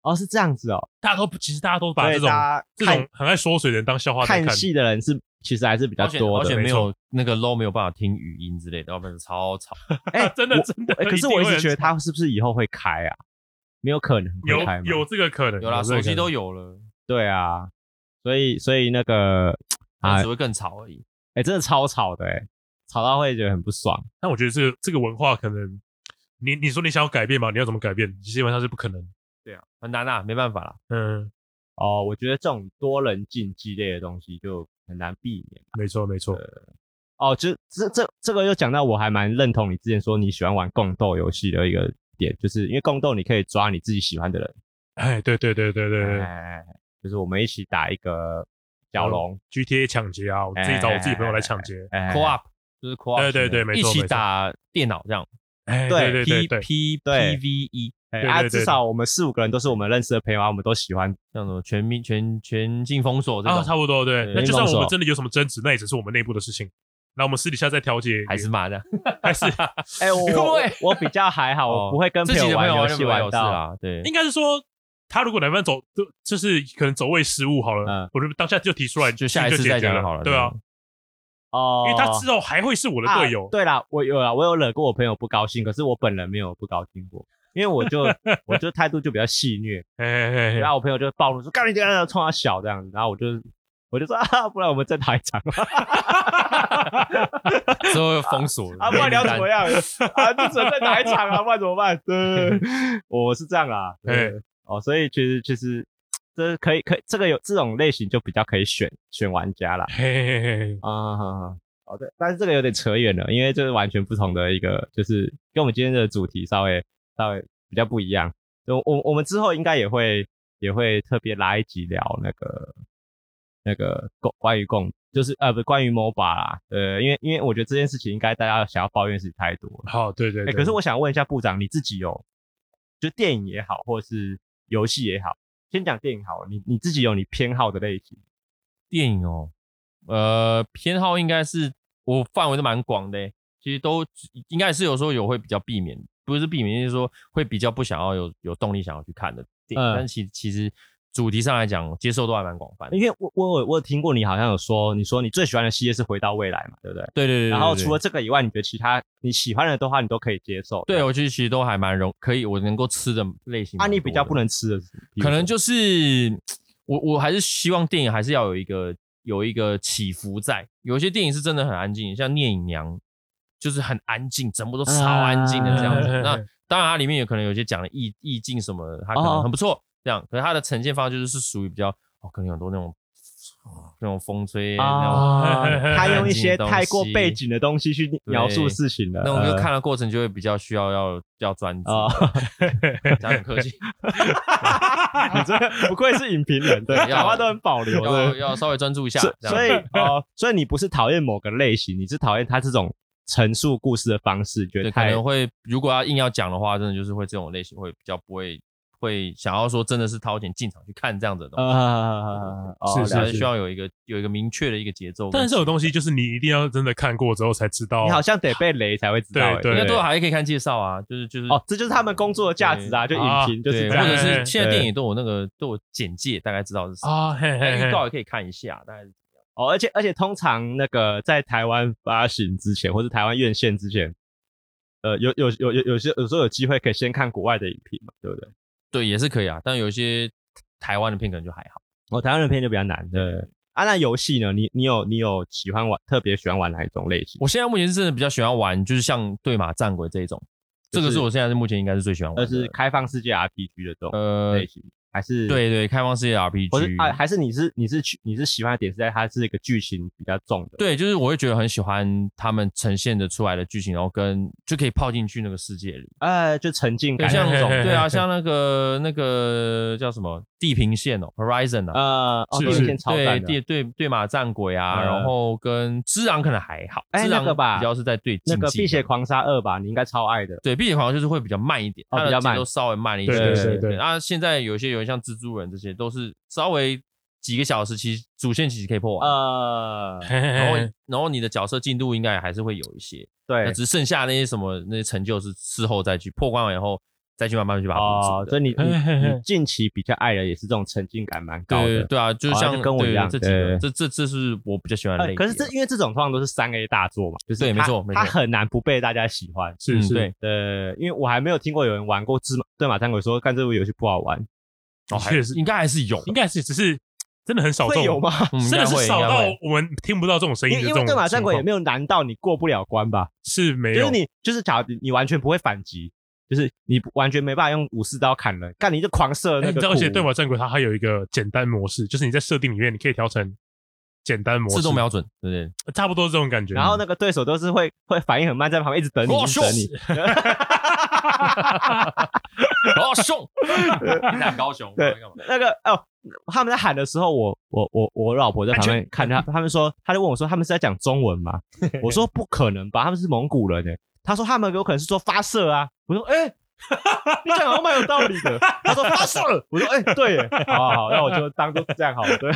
哦，是这样子哦。 其实大家都把这种很爱缩水的人当笑话在看戏的人其实还是比较多的， 而且没有那个 low 没有办法听语音之类的，要不然超吵。 真的。 可是我一直觉得他是不是以后会开啊？没有可能会开吗？ 有这个可能， 有啦，手机都有了。 对啊，所以那个只会更吵而已。 真的超吵的吵到会觉得很不爽。 但我觉得这个文化可能，你说你想要改变嘛？你要怎么改变？基本上是不可能。 对啊，很难啊，没办法啦。 我觉得这种多人竞技类的东西就很难避免。 没错。 就这个又讲到我还蛮认同你之前说你喜欢玩共斗游戏的一个点，就是因为共斗你可以抓你自己喜欢的人。 对。 就是我们一起打一个角龙 GTA 抢劫啊，我自己找我自己朋友来抢劫 ，Co-op 就是 Co-op， 对，没错， 一起打电脑这样。 对 PVE。 至少我们4-5个人都是我们认识的朋友啊，我们都喜欢像什么全境封锁这种， 差不多对。那就算我们真的有什么争执，那也只是我们内部的事情。那我们私底下再调解， 还是骂的， 还是我比较还好，我不会跟朋友玩游戏玩到啦。对， 应该是说他如果哪边就是可能走位失误好了，我就当下就提出来， 就下一次再讲好了， 对啊。因为他之后还会是我的队友。 对啦，我有惹过我朋友不高兴，可是我本人没有不高兴过。因为我就态度就比较戏谑，然后我朋友就暴怒说：“干你这样冲他小这样子。”然后我就说：“不然我们再打一场。” 之后又封锁了不然你要怎么样就只能再打一场不然怎么办？对，我是这样啦。所以其实这可以，这个有这种类型就比较可以选玩家啦。对，但是这个有点扯远了，因为这是完全不同的一个，就是跟我们今天的主题稍微比较不一样。我们之后应该也会特别拉一集聊那个关于就是不关于 MOBA 啦。因为我觉得这件事情应该大家想要抱怨的事情太多了。 好，对。 可是我想问一下部长，你自己就电影也好，或者是游戏也好，先讲电影好了，你自己有你偏好的类型？ 电影偏好应该是我范围都蛮广的，其实都应该是有时候会比较避免。不是避免，就是说会比较不想要有动力想要去看的电影，但是其实主题上来讲，接受都还蛮广泛的。 因为我有听过你好像有说，你说你最喜欢的系列是《回到未来》嘛，对不对？ 对。 然后除了这个以外，你觉得其他你喜欢的话，你都可以接受？ 对，我觉得其实都还蛮可以，我能够吃的类型。 你比较不能吃的， 可能就是我还是希望电影还是要有一个起伏在。有一些电影是真的很安静，像《聂隐娘》。就是很安静，整部都超安静的这样子。那当然，它里面有可能有些讲的意境什么的，它可能很不错，这样。可是它的呈现方式就是属于比较可能有很多那种风吹那种， 他用一些太过背景的东西去描述事情的， 那我就看的过程就会比较需要要专注。讲很客气， 你这不愧是影评人，对，讲话都很保留， 要稍微专注一下。 所以你不是讨厌某个类型，你是讨厌他这种陈述故事的方式，觉得可能会，如果硬要讲的话，真的就是会这种类型会比较不会想要说真的是掏钱进场去看这样子的东西。是需要有一个明确的一个节奏。 但是这种东西就是你一定要真的看过之后才知道， 你好像得被雷才会知道。 对， 应该都还可以看介绍啊，就是这就是他们工作的价值啊，就影评就是这样。 或者是现在电影都有简介，大概知道是什么预告也可以看一下，大概是。 而且通常那个在台湾发行之前，或是台湾院线之前，有时候有机会可以先看国外的影评嘛，对不对？ 对，也是可以啊，但有一些台湾的片可能就还好。 台湾的片就比较难。对。那游戏呢？你有特别喜欢玩哪一种类型？ 我现在目前是真的比较喜欢玩，就是像对马战鬼这一种，这个是我现在目前应该是最喜欢玩的， 是开放世界 RPG 的这种类型。还是对开放世界 RPG， 还是你是喜欢的点是在它是一个剧情比较重的。 对，就是我会觉得很喜欢他们呈现的出来的剧情，然后就可以泡进去那个世界里， 就沉浸感那种。对啊，像那个叫什么地平线Horizon 地平线超赞的。对马战鬼啊，然后跟之狼可能还好，之狼比较是在对竞技。 那个碧血狂杀2吧，你应该超爱的。 对，碧血狂杀就是会比较慢一点，它的节奏稍微慢一些。对。现在有些像蜘蛛人这些都是稍微几个小时，其实主线其实可以破完。然后你的角色进度应该还是会有一些。对，只是剩下那些什么那些成就是事后再去破关完以后， 再去慢慢去把它补足的。 所以你近期比较爱的也是这种沉浸感蛮高的。 对啊，就像跟我一样， 这几个，这是我比较喜欢的类型。 可是因为这种通常都是3A 大作嘛，就是对，没错， 它很难不被大家喜欢。 是， 对， 因为我还没有听过有人玩过对马战鬼说干这部游戏不好玩。 确实应该还是有， 应该是只是真的很少众， 会有吗？ 真的是少到我们听不到这种声音的这种。 因为对马战鬼也没有难到你过不了关吧？ 是没有， 就是假如你完全不会反击。就是你完全没办法用武士刀砍人，干你就狂射那个。 而且对马战鬼它还有一个简单模式，就是你在设定里面你可以调成简单模式， 自动瞄准，对不对？ 差不多这种感觉。 然后那个对手都是会反应很慢，在旁边一直等你，一直等你。 高雄，你打高雄， 对，那个他们在喊的时候，我老婆在旁边看他们说，他就问我说他们是在讲中文吗？我说不可能吧，他们是蒙古人欸。他说他们有可能是说发射啊，我说你讲好像蛮有道理的。他说发射，我说对耶，好，那我就当做是这样好了。对，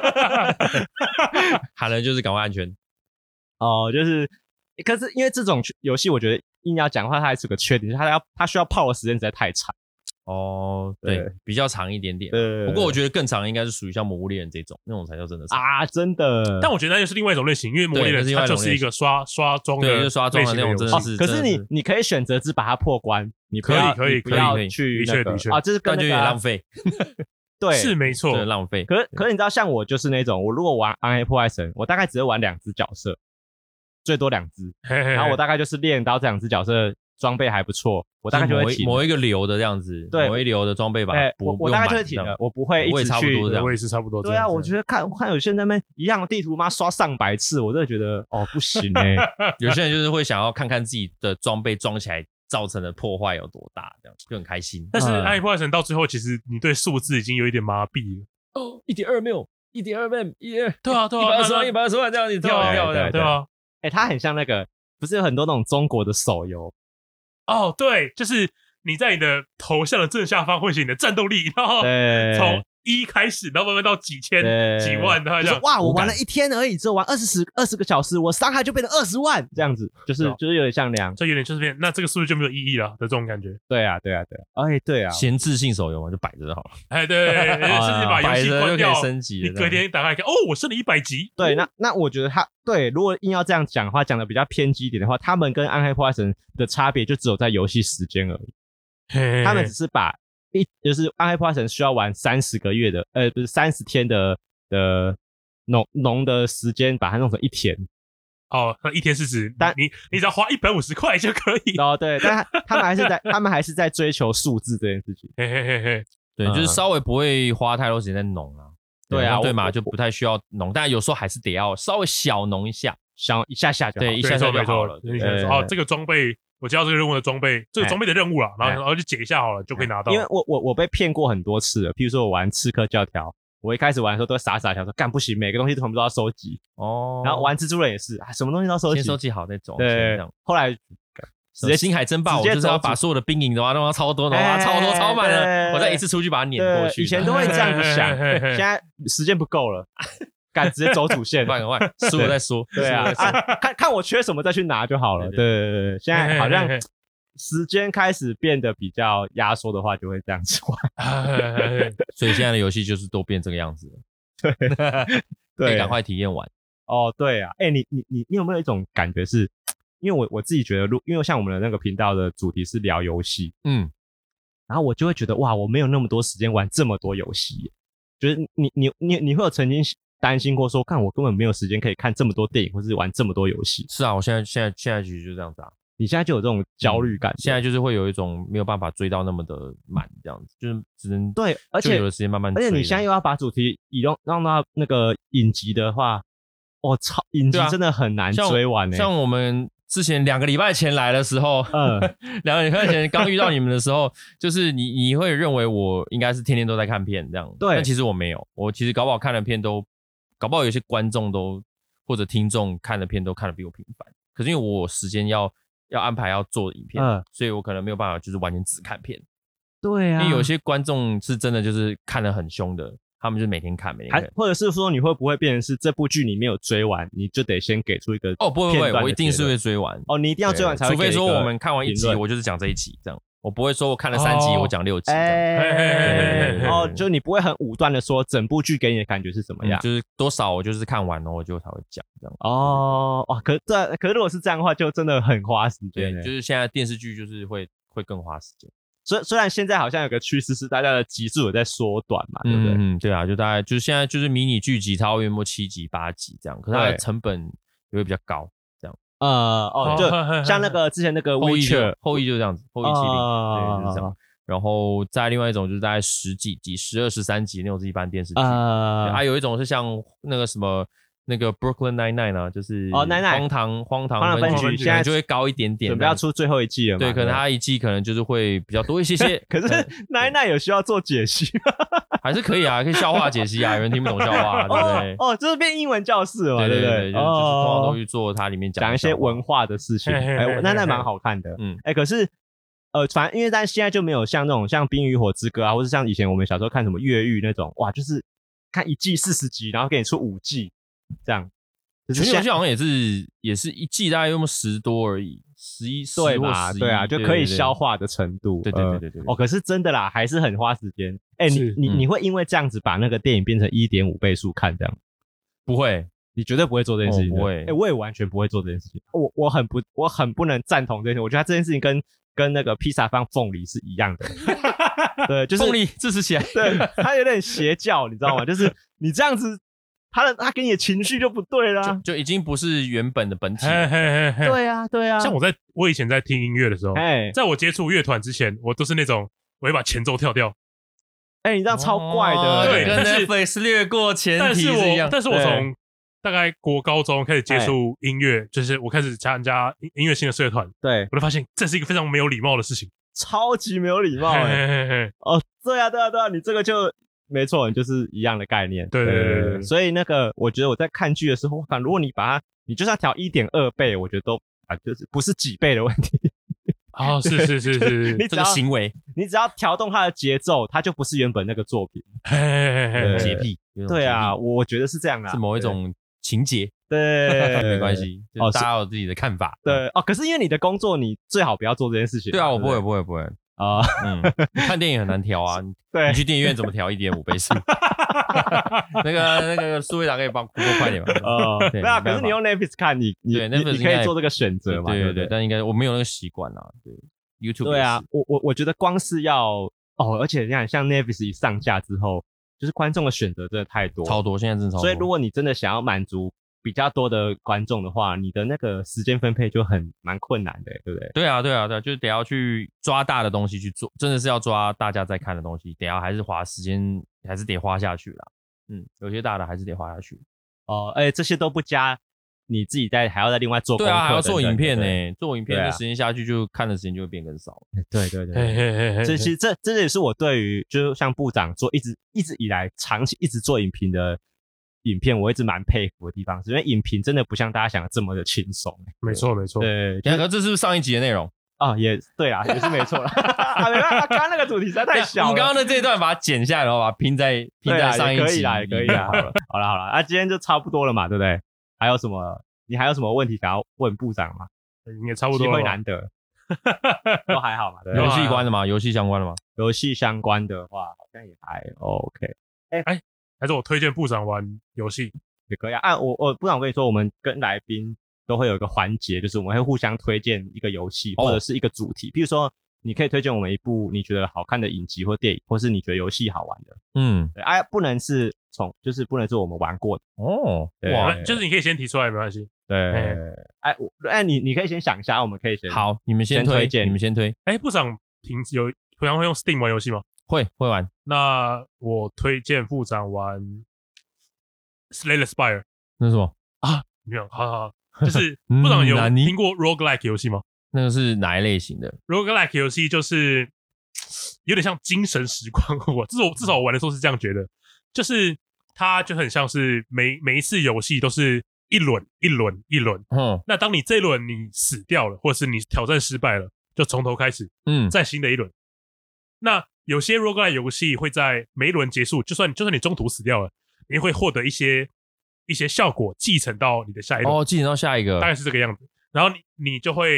喊人就是赶快安全。 就是，可是因为这种游戏，我觉得硬要讲的话，它还是有个缺点，就是它需要泡的时间实在太长。对，比较长一点点。不过我觉得更长应该是属于像魔物猎人这种，那种才叫真的长啊，真的。 但我觉得那又是另外一种类型，因为魔物猎人它就是一个刷装的， 对，就是刷装的那种，真的是。 可是你可以选择只把它破关，你不要去那个啊，这是跟那个有点浪费。 对， 是没错， 浪费。 可是你知道，像我就是那种，我如果玩暗黑破坏神，我大概只会玩2只角色，最多2只，然后我大概就是练到这2只角色。装备还不错，我大概就会停某一个流的这样子，对，某一流的装备吧。 我大概就会停了，我不会一直去。 我也是差不多这样。 对啊，我觉得看有些人在那边一样的地图妈刷上百次，我真的觉得不行欸。 有些人就是会想要看看自己的装备装起来造成的破坏有多大，这样就很开心。 但是暗黑破坏神到最后，其实你对数字已经有一点麻痹了。 1.2 mil，1.2 mil， 对啊 ，120万这样子跳一跳， 对啊。 它很像那个，不是有很多那种中国的手游。 对，就是你在你的头像的正下方会写你的战斗力，然后从1开始，然后慢慢到几千、几万，然后这样。 哇，我玩了1天而已，只有玩20个小时，我伤害就变成20万，这样子，就是有点像那样。 这有点就是变，那这个是不是就没有意义了的这种感觉？ 对啊。对啊， 闲置性手游嘛，就摆着就好了。 对，甚至把游戏关掉， 升级。 你隔天打开看，我升了100级。 对，那我觉得如果硬要这样讲的话，讲的比较偏激一点的话，他们跟暗黑破坏神的差别就只有在游戏时间而已。他们只是把就是暗黑破坏神需要玩30个月的，不是30天的农的时间，把它弄成1天。 那1天是指，但你只要花150块就可以。 对，但他们还是在追求数字这件事情。 对，就是稍微不会花太多时间在农啊。对啊，对嘛，就不太需要农，但有时候还是得要稍微小农一下，小一下就好， 对，一下就好了。这个装备，我接到这个任务的装备，这个装备的任务啦，然后就解一下好了，就可以拿到。 因为我被骗过很多次了，譬如说我玩刺客教条，我一开始玩的时候都会傻想说干不行，每个东西全部都要收集。然后玩蜘蛛人也是，什么东西都要收集， 先收集好再走。 对，后来直接星海争霸，我就是要把所有的兵营的话弄到超多超满了，我再一次出去把它撵过去。 以前都会这样子想，现在时间不够了，敢直接走主线， 快，输了再说。 对啊，看我缺什么再去拿就好了。对，现在好像时间开始变得比较压缩的话，就会这样子玩。 所以现在的游戏就是都变这个样子了。对，可以赶快体验完。 对啊，你有没有一种感觉是？因为我自己觉得，因为像我们的那个频道的主题是聊游戏，然后我就会觉得哇，我没有那么多时间玩这么多游戏，就是你会有曾经担心过说，看我根本没有时间可以看这么多电影，或是玩这么多游戏。 是啊，我现在其实就这样子啊。 你现在就有这种焦虑感， 现在就是会有一种没有办法追到那么的满，这样子，就是只能对，而且有的时间慢慢追。 而且你现在又要把主题让到那个影集的话，影集真的很难追完像我们之前2个礼拜前来的时候，2个礼拜前刚遇到你们的时候，就是你会认为我应该是天天都在看片这样， 对， 但其实我没有，我其实搞不好看的片都，搞不好有些观众都或者听众看的片都看得比我频繁，可是因为我时间要安排要做影片，所以我可能没有办法就是完全只看片。 对啊， 因为有些观众是真的就是看得很凶的。他们就每天看， 或者是说你会不会变成是这部剧你没有追完，你就得先给出一个不会，我一定是会追完。 你一定要追完才会。 除非说我们看完1集，我就是讲这一集这样， 我不会说我看了3集，我讲6集。 就你不会很武断的说整部剧给你的感觉是怎么样， 就是多少我就是看完了我就才会讲这样。 可是如果是这样的话，就真的很花时间。 对，就是现在电视剧就是会更花时间。 虽然现在好像有个趋势是大家的集数有在缩短嘛，对不对？ 对啊，就大概就是现在就是迷你剧集，它会约莫7集8集这样，可是它的成本也会比较高，这样。 就像那个之前那个后裔就就这样子，后裔70，对，就是这样。然后再另外一种就是大概10几集、12、13集那种是一般电视剧。有一种是像那个什么。那个 Brooklyn Nine-Nine 啊，就是荒唐分局，现在就会高一点点， 准备要出最后一季了嘛。 对，可能它一季可能就是会比较多一些。 可是 Nine-Nine 有需要做解析吗？ 还是可以啊，可以笑话解析啊，有人听不懂笑话，对不对？ 就是变英文教室了嘛，对不对？ 就是通常都去做它里面讲一些文化的事情。那蛮好看的。可是反正因为但现在就没有像那种像《冰与火之歌》啊，或是像以前我们小时候看什么越狱那种，哇，就是看一季40集，然后给你出5季。这样， 全游戏好像也是一季大概用10多而已，11 对吧？对啊，就可以消化的程度。 对。 可是真的啦，还是很花时间。你会因为这样子把那个电影变成1.5倍速看这样？ 不会， 你绝对不会做这件事情。 不会， 我也完全不会做这件事情。我很不能赞同这件事情。我觉得他这件事情跟那个披萨放凤梨是一样的。对，就是凤梨支持起来。 对，他有点邪教，你知道吗？就是你这样子。他给你的情绪就不对啦， 就已经不是原本的本体。 对啊。 像我以前在听音乐的时候，在我接触乐团之前，我都是那种我会把前奏跳掉。 你这样超怪的， 对， 跟 Netflix 略过前提是一样。 但是我从大概国高中开始接触音乐，就是我开始参加音乐性的社团， 对， 我就发现这是一个非常没有礼貌的事情， 超级没有礼貌。对啊，你这个就。没错，就是一样的概念。 对， 所以那个，我觉得我在看剧的时候，如果你就算调1.2倍，我觉得都就是不是几倍的问题。 是， 你这个行为， 你只要调动它的节奏，它就不是原本那个作品。 洁癖， 对啊，我觉得是这样啊， 是某一种情节。 对， 没关系，大家有自己的看法。 对可是因为你的工作，你最好不要做这件事情。 对啊，我不会。看电影很难调啊。 对， 你去电影院怎么调1.5倍速？那个数位档可以帮多快点嘛？ 对啊，可是你用 Netflix 看，你可以做这个选择嘛？ 对，但应该我没有那个习惯啊。对 ，YouTube 对啊，我觉得光是要而且你看，像 Netflix 一上架之后，就是观众的选择真的太多， 超多，现在真的超多。 所以如果你真的想要满足比较多的观众的话，你的那个时间分配就蛮困难的，对不对？ 对啊，就是得要去抓大的东西去做，真的是要抓大家在看的东西，得要还是花时间，还是得花下去啦。有些大的还是得花下去。 这些都不加，你自己还要再另外做功课， 对啊，还要做影片呢，做影片的时间下去，就看的时间就会变更少。 对，所以其实这也是我对于就像部长做一直以来长期一直做影评的。影片我一直蛮佩服的地方，是因为影评真的不像大家想的这么的轻松。 没错。 对， 可这是不是上一集的内容？ 也对啦，也是没错啦。没办法，刚刚那个主题实在太小了。 我们刚刚的这一段把它剪下来，然后把它拼在上一集。 也可以啦。好了，今天就差不多了嘛，对不对？还有什么？你还有什么问题想要问部长吗？ 也差不多了。 机会难得，都还好嘛。 游戏关的吗？游戏相关的吗？ 游戏相关的话，好像也还 OK。 还是我推荐部长玩游戏也可以啊。我部长，我跟你说，我们跟来宾都会有一个环节，就是我们会互相推荐一个游戏或者是一个主题。比如说，你可以推荐我们一部你觉得好看的影集或电影，或是你觉得游戏好玩的。对，不能是不能是我们玩过的。 哇，就是你可以先提出来，没关系。 对，你可以先想一下，我们可以先好，你们先推荐，你们先推。 部长平常会用 Steam 玩游戏吗？ 会玩。 那我推荐部长玩 Slay the Spire。 那是什么啊？没有，好，就是部长有听过 roguelike 游戏吗？ 那个是哪一类型的 ？roguelike 游戏就是有点像精神时光屋，至少我玩的时候是这样觉得，就是它就很像是每一次游戏都是一轮。那当你这一轮你死掉了，或者是你挑战失败了，就从头开始，再新的一轮。那有些 roguelike 游戏会在每一轮结束，就算你中途死掉了，你会获得一些效果继承到你的下一轮。 继承到下一个， 大概是这个样子。然后你就会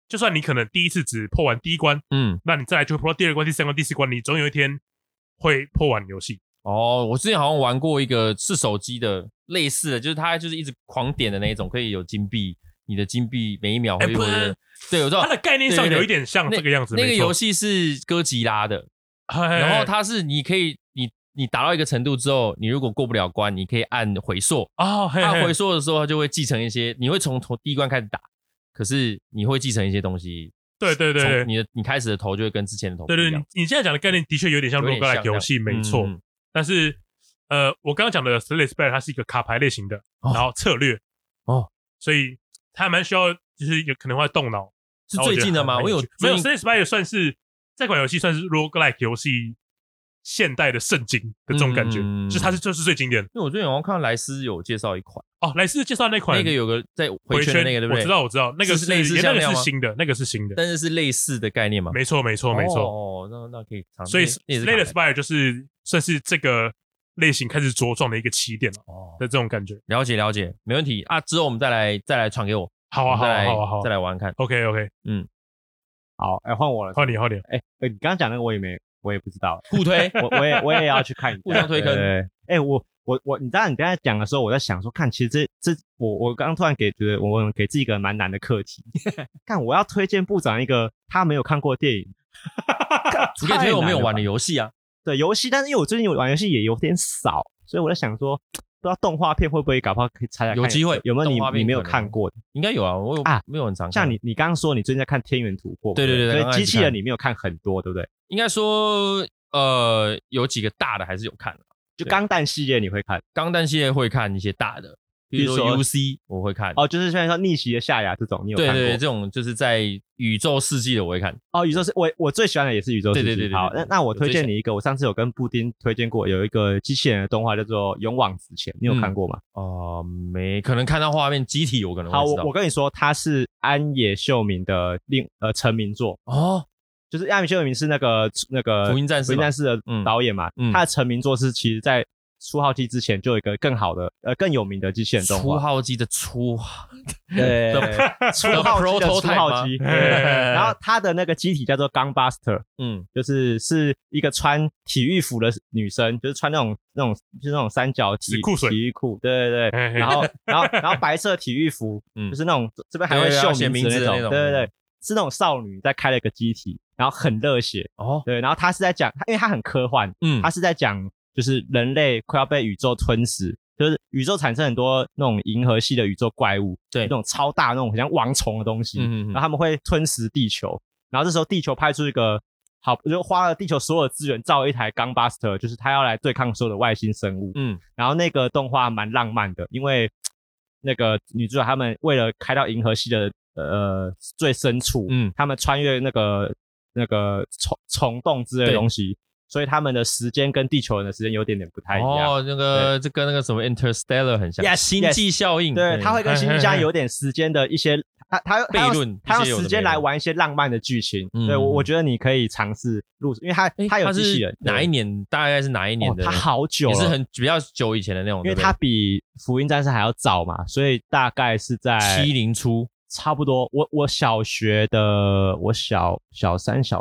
就算你可能第一次只破完第一关，那你再来就会破到第2关、第3关、第4关，你总有一天会破完游戏。 哦，我之前好像玩过一个是手机的类似的，就是它就是一直狂点的那一种，可以有金币，你的金币每一秒会有对，我知道它的概念上有一点像这个样子。 那个游戏是哥吉拉的，然后它是你可以你达到一个程度之后，你如果过不了关，你可以按回溯按回溯的时候，它就会继承一些，你会从第一关开始打，可是你会继承一些东西。 对， 你开始的头就会跟之前的头不一样。 对，你现在讲的概念的确有点像 roguelike 游戏，没错。但是我刚刚讲的 Slay Spire 它是一个卡牌类型的，然后策略所以它还蛮需要，就是有可能会动脑。 是最近的吗？ 没有 Slay Spire 算是这款游戏算是 roguelike 游戏现代的圣经的这种感觉，就是它就是最经典的。 因为我最近好像看到莱斯有介绍一款莱斯介绍那款， 那个有个在回圈的那个，对不对？ 我知道，那个是类似像那样吗？ 那个是新的， 但是是类似的概念吗？ 没错。 哦，那可以尝试。 所以 Slay Spire 就是算是这个类型开始茁壮的一个起点的这种感觉。 了解，没问题啊。之后我们再来传给我。 好啊， 再来玩看。 OK， 好，换我了， 换你。 你刚刚讲那个我也不知道， 互推， 我也要去看一下， 互相推坑。 你知道你刚才讲的时候，我在想说，看，其实我刚刚突然觉得我们给自己一个蛮难的课题，看我要推荐部长一个他没有看过的电影， 你可以推荐我没有玩的游戏啊， 对游戏，但是因为我最近玩游戏也有点少，所以我在想说，不知道动画片会不会搞不好可以猜猜看， 有机会有没有你没有看过的？ 应该有啊，我没有很常看。 像你刚刚说你最近在看《天元突破》， 对， 所以机器人你没有看很多，对不对？ 应该说有几个大的还是有看的。 就钢弹系列你会看？ 钢弹系列会看一些大的，比如说 UC 我会看。 就是虽然说逆袭的夏亚这种，你有看过？ 对，这种就是在宇宙世纪的我会看。 宇宙世我最喜欢的也是宇宙世纪。 对。 好，那我推荐你一个，我上次有跟布丁推荐过，有一个机器人的动画叫做《勇往直前》，你有看过吗？ 没，可能看到画面机体我可能会知道。 好，我跟你说，它是安野秀明的成名作就是安野秀明是那个福音战士的导演嘛，他的成名作是其实在初号机之前就有一个更好的更有名的机器人动画。 初号机的对，初号机，然后他的那个机体叫做 Gunbuster， 就是一个穿体育服的女生，就是穿那种三角体育裤，对，然后白色体育服，就是那种这边还会秀名字的那种，对，是那种少女在开了一个机体，然后很热血对，然后他是在讲，因为他很科幻，他是在讲就是人类快要被宇宙吞噬，就是宇宙产生很多那种银河系的宇宙怪物，对，那种超大那种很像王虫的东西，然后他们会吞噬地球，然后这时候地球派出一个就花了地球所有资源造了一台 Gunbuster， 就是他要来对抗所有的外星生物，然后那个动画蛮浪漫的，因为那个女主角他们为了开到银河系的最深处，他们穿越那个虫洞之类的东西，所以他们的时间跟地球人的时间有点不太一样。 这跟那个什么 Interstellar 很像，星际效应。 对，它会跟星际效应有点时间的一些，它悖论， 它用时间来玩一些浪漫的剧情。对，我觉得你可以尝试入，因为它有机器人。 哪一年？大概是哪一年的？ 它好久了， 也是比较久以前的那种。 因为它比福音战士还要早嘛，所以大概是在 70初。 差不多，我小学的，我小3、小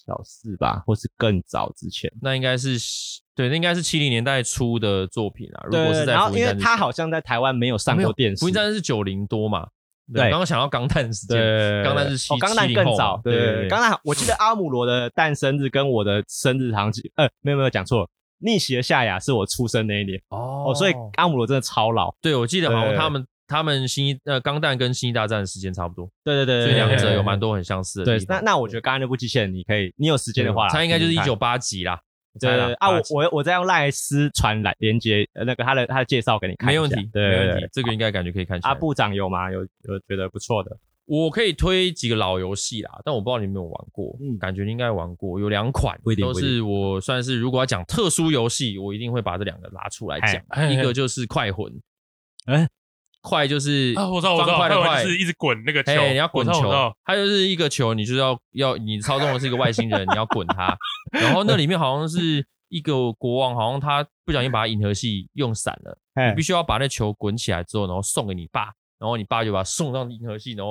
4吧，或是更早之前， 那应该是对，那应该是70年代初的作品啊。如果是在然后因为他好像在台湾没有上过电视， 福音战士是90多嘛。 对， 刚刚想到钢弹时间，钢弹是钢弹更早。对，钢弹我记得阿姆罗的诞生日跟我的生日好像没有讲错了。逆袭的夏亚是我出生那一年所以阿姆罗真的超老。 对，我记得好像他们钢弹跟星际大战的时间差不多， 对， 所以两者有蛮多很相似的地方。 对，那我觉得刚刚那部机器人，你有时间的话， 它应该就是1980集啦。 对我再用赖斯传来连接那个他的介绍给你看一下， 没问题， 对， 没问题，这个应该感觉可以看起来。 部长有吗？有觉得不错的？ 我可以推几个老游戏啦，但我不知道你有没有玩过，感觉你应该玩过，有2款都是我算是如果要讲特殊游戏，我一定会把这2个拿出来讲。一个就是快魂，快就是我知道， 快的快就是一直滚那个球， 你要滚球，它就是一个球，你就是要你操纵的是一个外星人，你要滚它，然后那里面好像是一个国王，好像他不小心把银河系用散了，你必须要把那球滚起来之后，然后送给你爸，然后你爸就把它送到银河系，然后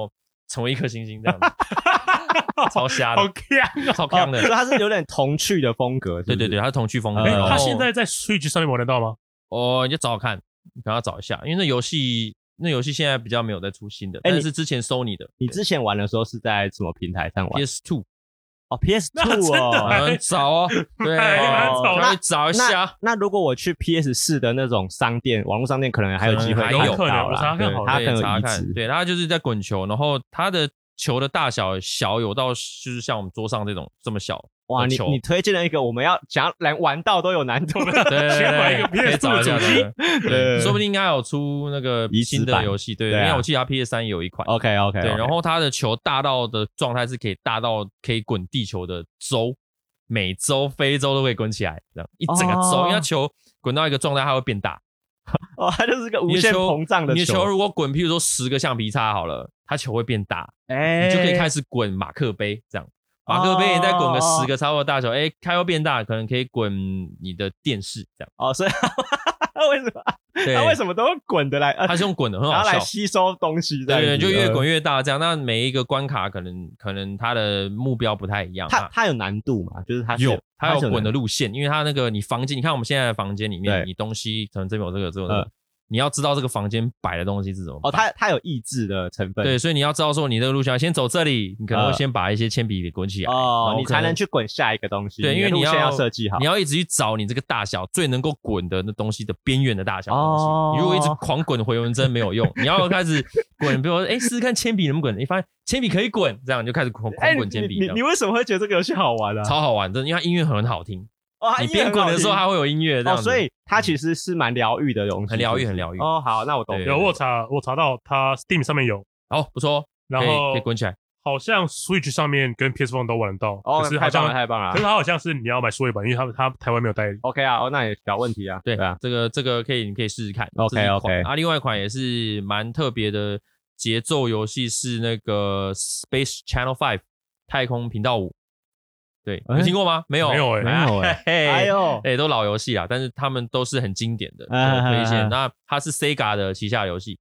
成为一颗星星这样子，超瞎的， 好强超强的。 所以它是有点童趣的风格， 对对对，它是童趣风格。 他现在在 Switch 上面玩得到吗？ 你就找找看，你可能要找一下，因为那游戏现在比较没有在出新的，但是之前 Sony 的。 你之前玩的时候是在什么平台上玩 ？PS2。 哦 ，PS2 哦， 很早哦，对， 那找一下。 那如果我去 PS4 的那种商店，网络商店可能还有机会还有到啦。 它可能有移植， 对，它就是在滚球，然后它的球的大小有到就是像我们桌上这么小。 哇，你推荐了一个我们想要来玩到都有难度的， 先买一个 PS4 的主机， 对，说不定应该有出那个新的游戏，对，因为我记得它 PS3 也有一款 ，OK， 对，然后它的球大到的状态是可以大到可以滚地球的洲，美洲、非洲都可以滚起来，这样一整个洲，因为它球滚到一个状态，它会变大， 它就是个无限膨胀的球。 你的球如果滚，譬如说10个橡皮擦好了，它球会变大，你就可以开始滚马克杯这样。马克杯你再滚个10个差不多大小，开会变大，可能可以滚你的电视这样。 所以为什么？它为什么都会滚的来？ 它是用滚的，很好笑， 然后来吸收东西。 对，就越滚越大这样。那每一个关卡可能它的目标不太一样。 它有难度嘛？就是它有滚的路线，因为它那个你房间，你看我们现在的房间里面，你东西可能这边有这个。你要知道这个房间摆的东西是什么。 它有益智的成分。 对，所以你要知道说你这个路线先走这里，你可能会先把一些铅笔给滚起来， 你才能去滚下一个东西。 对，因为你要设计好， 你要一直去找你这个大小最能够滚的那东西的边缘的大小东西。你如果一直狂滚回纹针没有用，你要开始滚，比如说试试看铅笔能不能滚，你发现铅笔可以滚，这样你就开始狂滚铅笔。 你为什么会觉得这个游戏好玩啊？ 超好玩，真的，因为它音乐很好听。你边滚的时候还会有音乐，这样子， 所以它其实是蛮疗愈的东西， 很疗愈。 好，那我懂。 有我查到它 Steam 上面有， 不错， 然后可以滚起来。 好像 Switch 上面跟 PS4 都玩得到，可是太棒了。 可是它好像是你要买数位版，因为它台湾没有代理。 OK 啊，那也小问题啊。 对啊，这个你可以试试看。 OK。 另外一款也是蛮特别的节奏游戏是那个 Space Channel 5太空频道5。对，有听过吗？没有哎呦， 都老游戏啦，但是他们都是很经典的推荐。那它是 Sega 的旗下游戏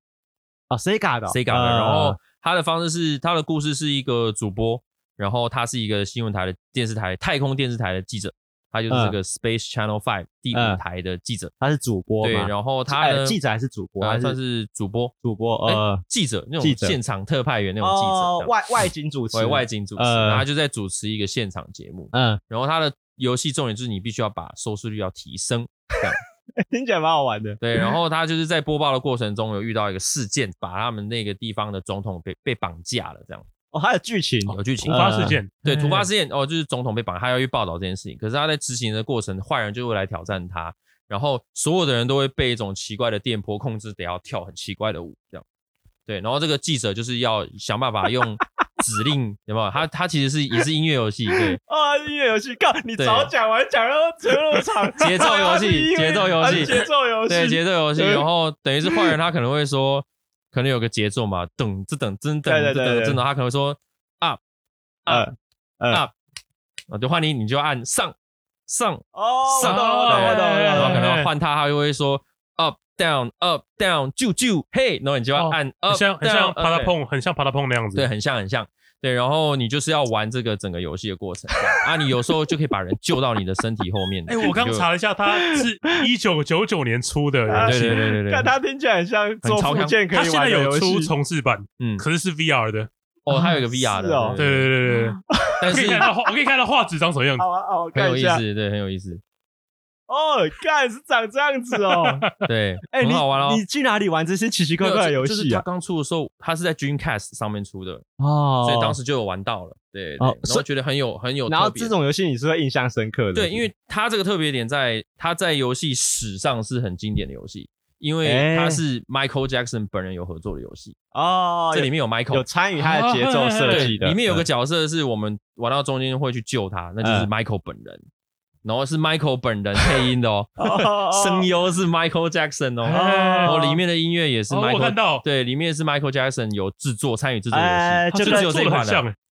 ，Sega 的， 然后它的方式是，它的故事是一个主播，然后他是一个新闻台的太空电视台的记者，他就是这个 Space Channel 5第5台的记者， 他是主播嘛？ 对，然后他的记者还是主播？ 他算是主播，记者那种现场特派员那种记者， 外景主持， 外景主持，然后他就在主持一个现场节目，然后他的游戏重点就是你必须要把收视率要提升，这样听起来蛮好玩的。 对，然后他就是在播报的过程中有遇到一个事件，把他们那个地方的总统被绑架了，这样。 还有剧情， 突发事件， 对，突发事件就是总统被绑，他要去报道这件事情。可是他在执行的过程，坏人就会来挑战他，然后所有的人都会被一种奇怪的电波控制，得要跳很奇怪的舞，这样。对，然后这个记者就是要想办法用指令，有没有？他其实也是音乐游戏，对。 音乐游戏，靠，你早讲完讲到这么长， 节奏游戏， 对，节奏游戏。 然后等于是坏人，他可能会说。可能有个节奏嘛，噔，他可能会说 up， 就换你就按上， 我懂， 然后可能换他就会说 up down， 啾，嘿，然后你就要按 up， 很像爬达碰，很像爬达碰那样子， 对，很像，对，然后你就是要玩这个整个游戏的过程你有时候就可以把人救到你的身体后面。 我刚查了一下，它是1999年出的游戏， 对， 看它听起来很像做附件可以玩的游戏。 它现在有出重制版，可是 VR 的。 它有一个 VR 的， 对。但是我可以看到画质长什么样子， 很有意思，对，很有意思。 干是长这样子对，很好玩你去哪里玩这些奇奇怪怪的游戏就是他刚出的时候，他是在 Dreamcast 上面出的所以当时就有玩到了，对，然后觉得很有特别。 然后这种游戏你是会印象深刻的， 对，因为它这个特别点在它在游戏史上是很经典的游戏，因为它是 Michael Jackson 本人有合作的游戏这里面有 Michael 有参与他的节奏设计的， 里面有个角色是我们玩到中间会去救他，那就是 Michael 本人。然后是 Michael 本人配音的声优是 Michael Jackson 然后里面的音乐也是 Michael， 我看到， 对，里面是 Michael Jackson 有参与制作游戏， 就只有这一款的，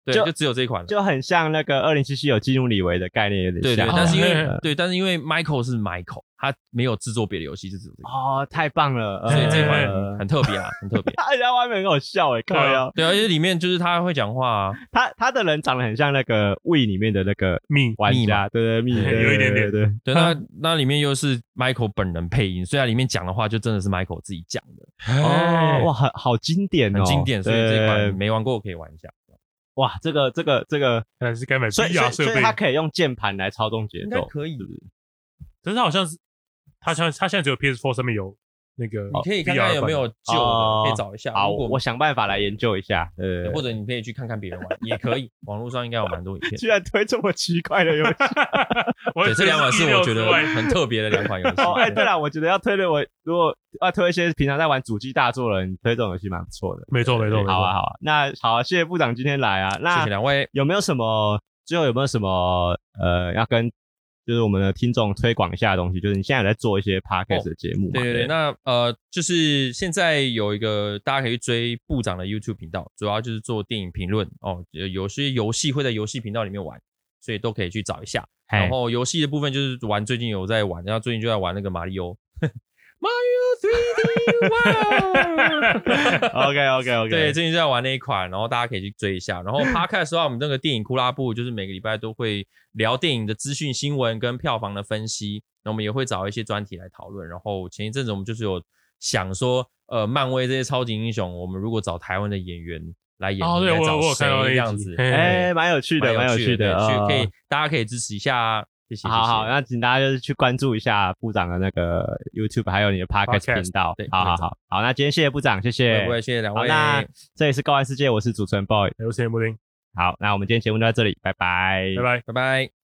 对，就只有这一款了， 就很像那个2077有基努里维的概念有点像。 对，但是因为 Michael 是 Michael， 他没有制作别的游戏，就只有这个。 哦，太棒了！ 所以这款很特别啊，很特别。 他在外面很好笑靠腰。 对啊，而且里面就是他会讲话啊。 他的人长得很像那个 Wii 里面的那个玩家，对， 有一点点。 对，那里面又是 Michael 本人配音，所以他里面讲的话就真的是 Michael 自己讲的。 哦，哇，好经典哦， 很经典，所以这款没玩过可以玩一下。 哇，这个还是该买 VR 设备， 所以它可以用键盘来操纵节奏， 应该可以。 可是它好像是，它现在只有 PS4 上面有那个， 你可以看看有没有旧的，可以找一下。 好，我想办法来研究一下。 或者你可以去看看别人玩，也可以。网络上应该有蛮多影片。 居然推这么奇怪的游戏， 对，这2款是我觉得很特别的2款游戏。 对了，我觉得要推的如果要推一些平常在玩主机大作的人，推这种游戏蛮不错的。 没错。 好啊，那好，谢谢部长今天来啊。那谢谢2位。 最后有没有什么要跟就是我们的听众推广一下的东西？就是你现在有在做一些 podcast 的节目嘛？ 对，那就是现在有一个大家可以去追部长的 YouTube 频道，主要就是做电影评论哦，有些游戏会在游戏频道里面玩，所以都可以去找一下。然后游戏的部分就是最近有在玩，然后最近就在玩那个马里奥。Mario 3D World OK 对，最近就在玩那一款，然后大家可以去追一下。然后 Podcast 的话，我们这个电影库拉布就是每个礼拜都会聊电影的资讯新闻跟票房的分析，那我们也会找一些专题来讨论。然后前一阵子我们就是有想说，漫威这些超级英雄，我们如果找台湾的演员来演， 对，我有看到这样子， 蛮有趣的， 大家可以支持一下。谢谢。 好，那请大家就是去关注一下部长的那个 YouTube， 还有你的 Podcast 频道。 对， 好，那今天谢谢部长，谢谢。 谢谢2位。 那这里是高玩世界，我是主持人 Boy， 我是布丁。 好，那我们今天节目就到这里，拜拜。 拜拜。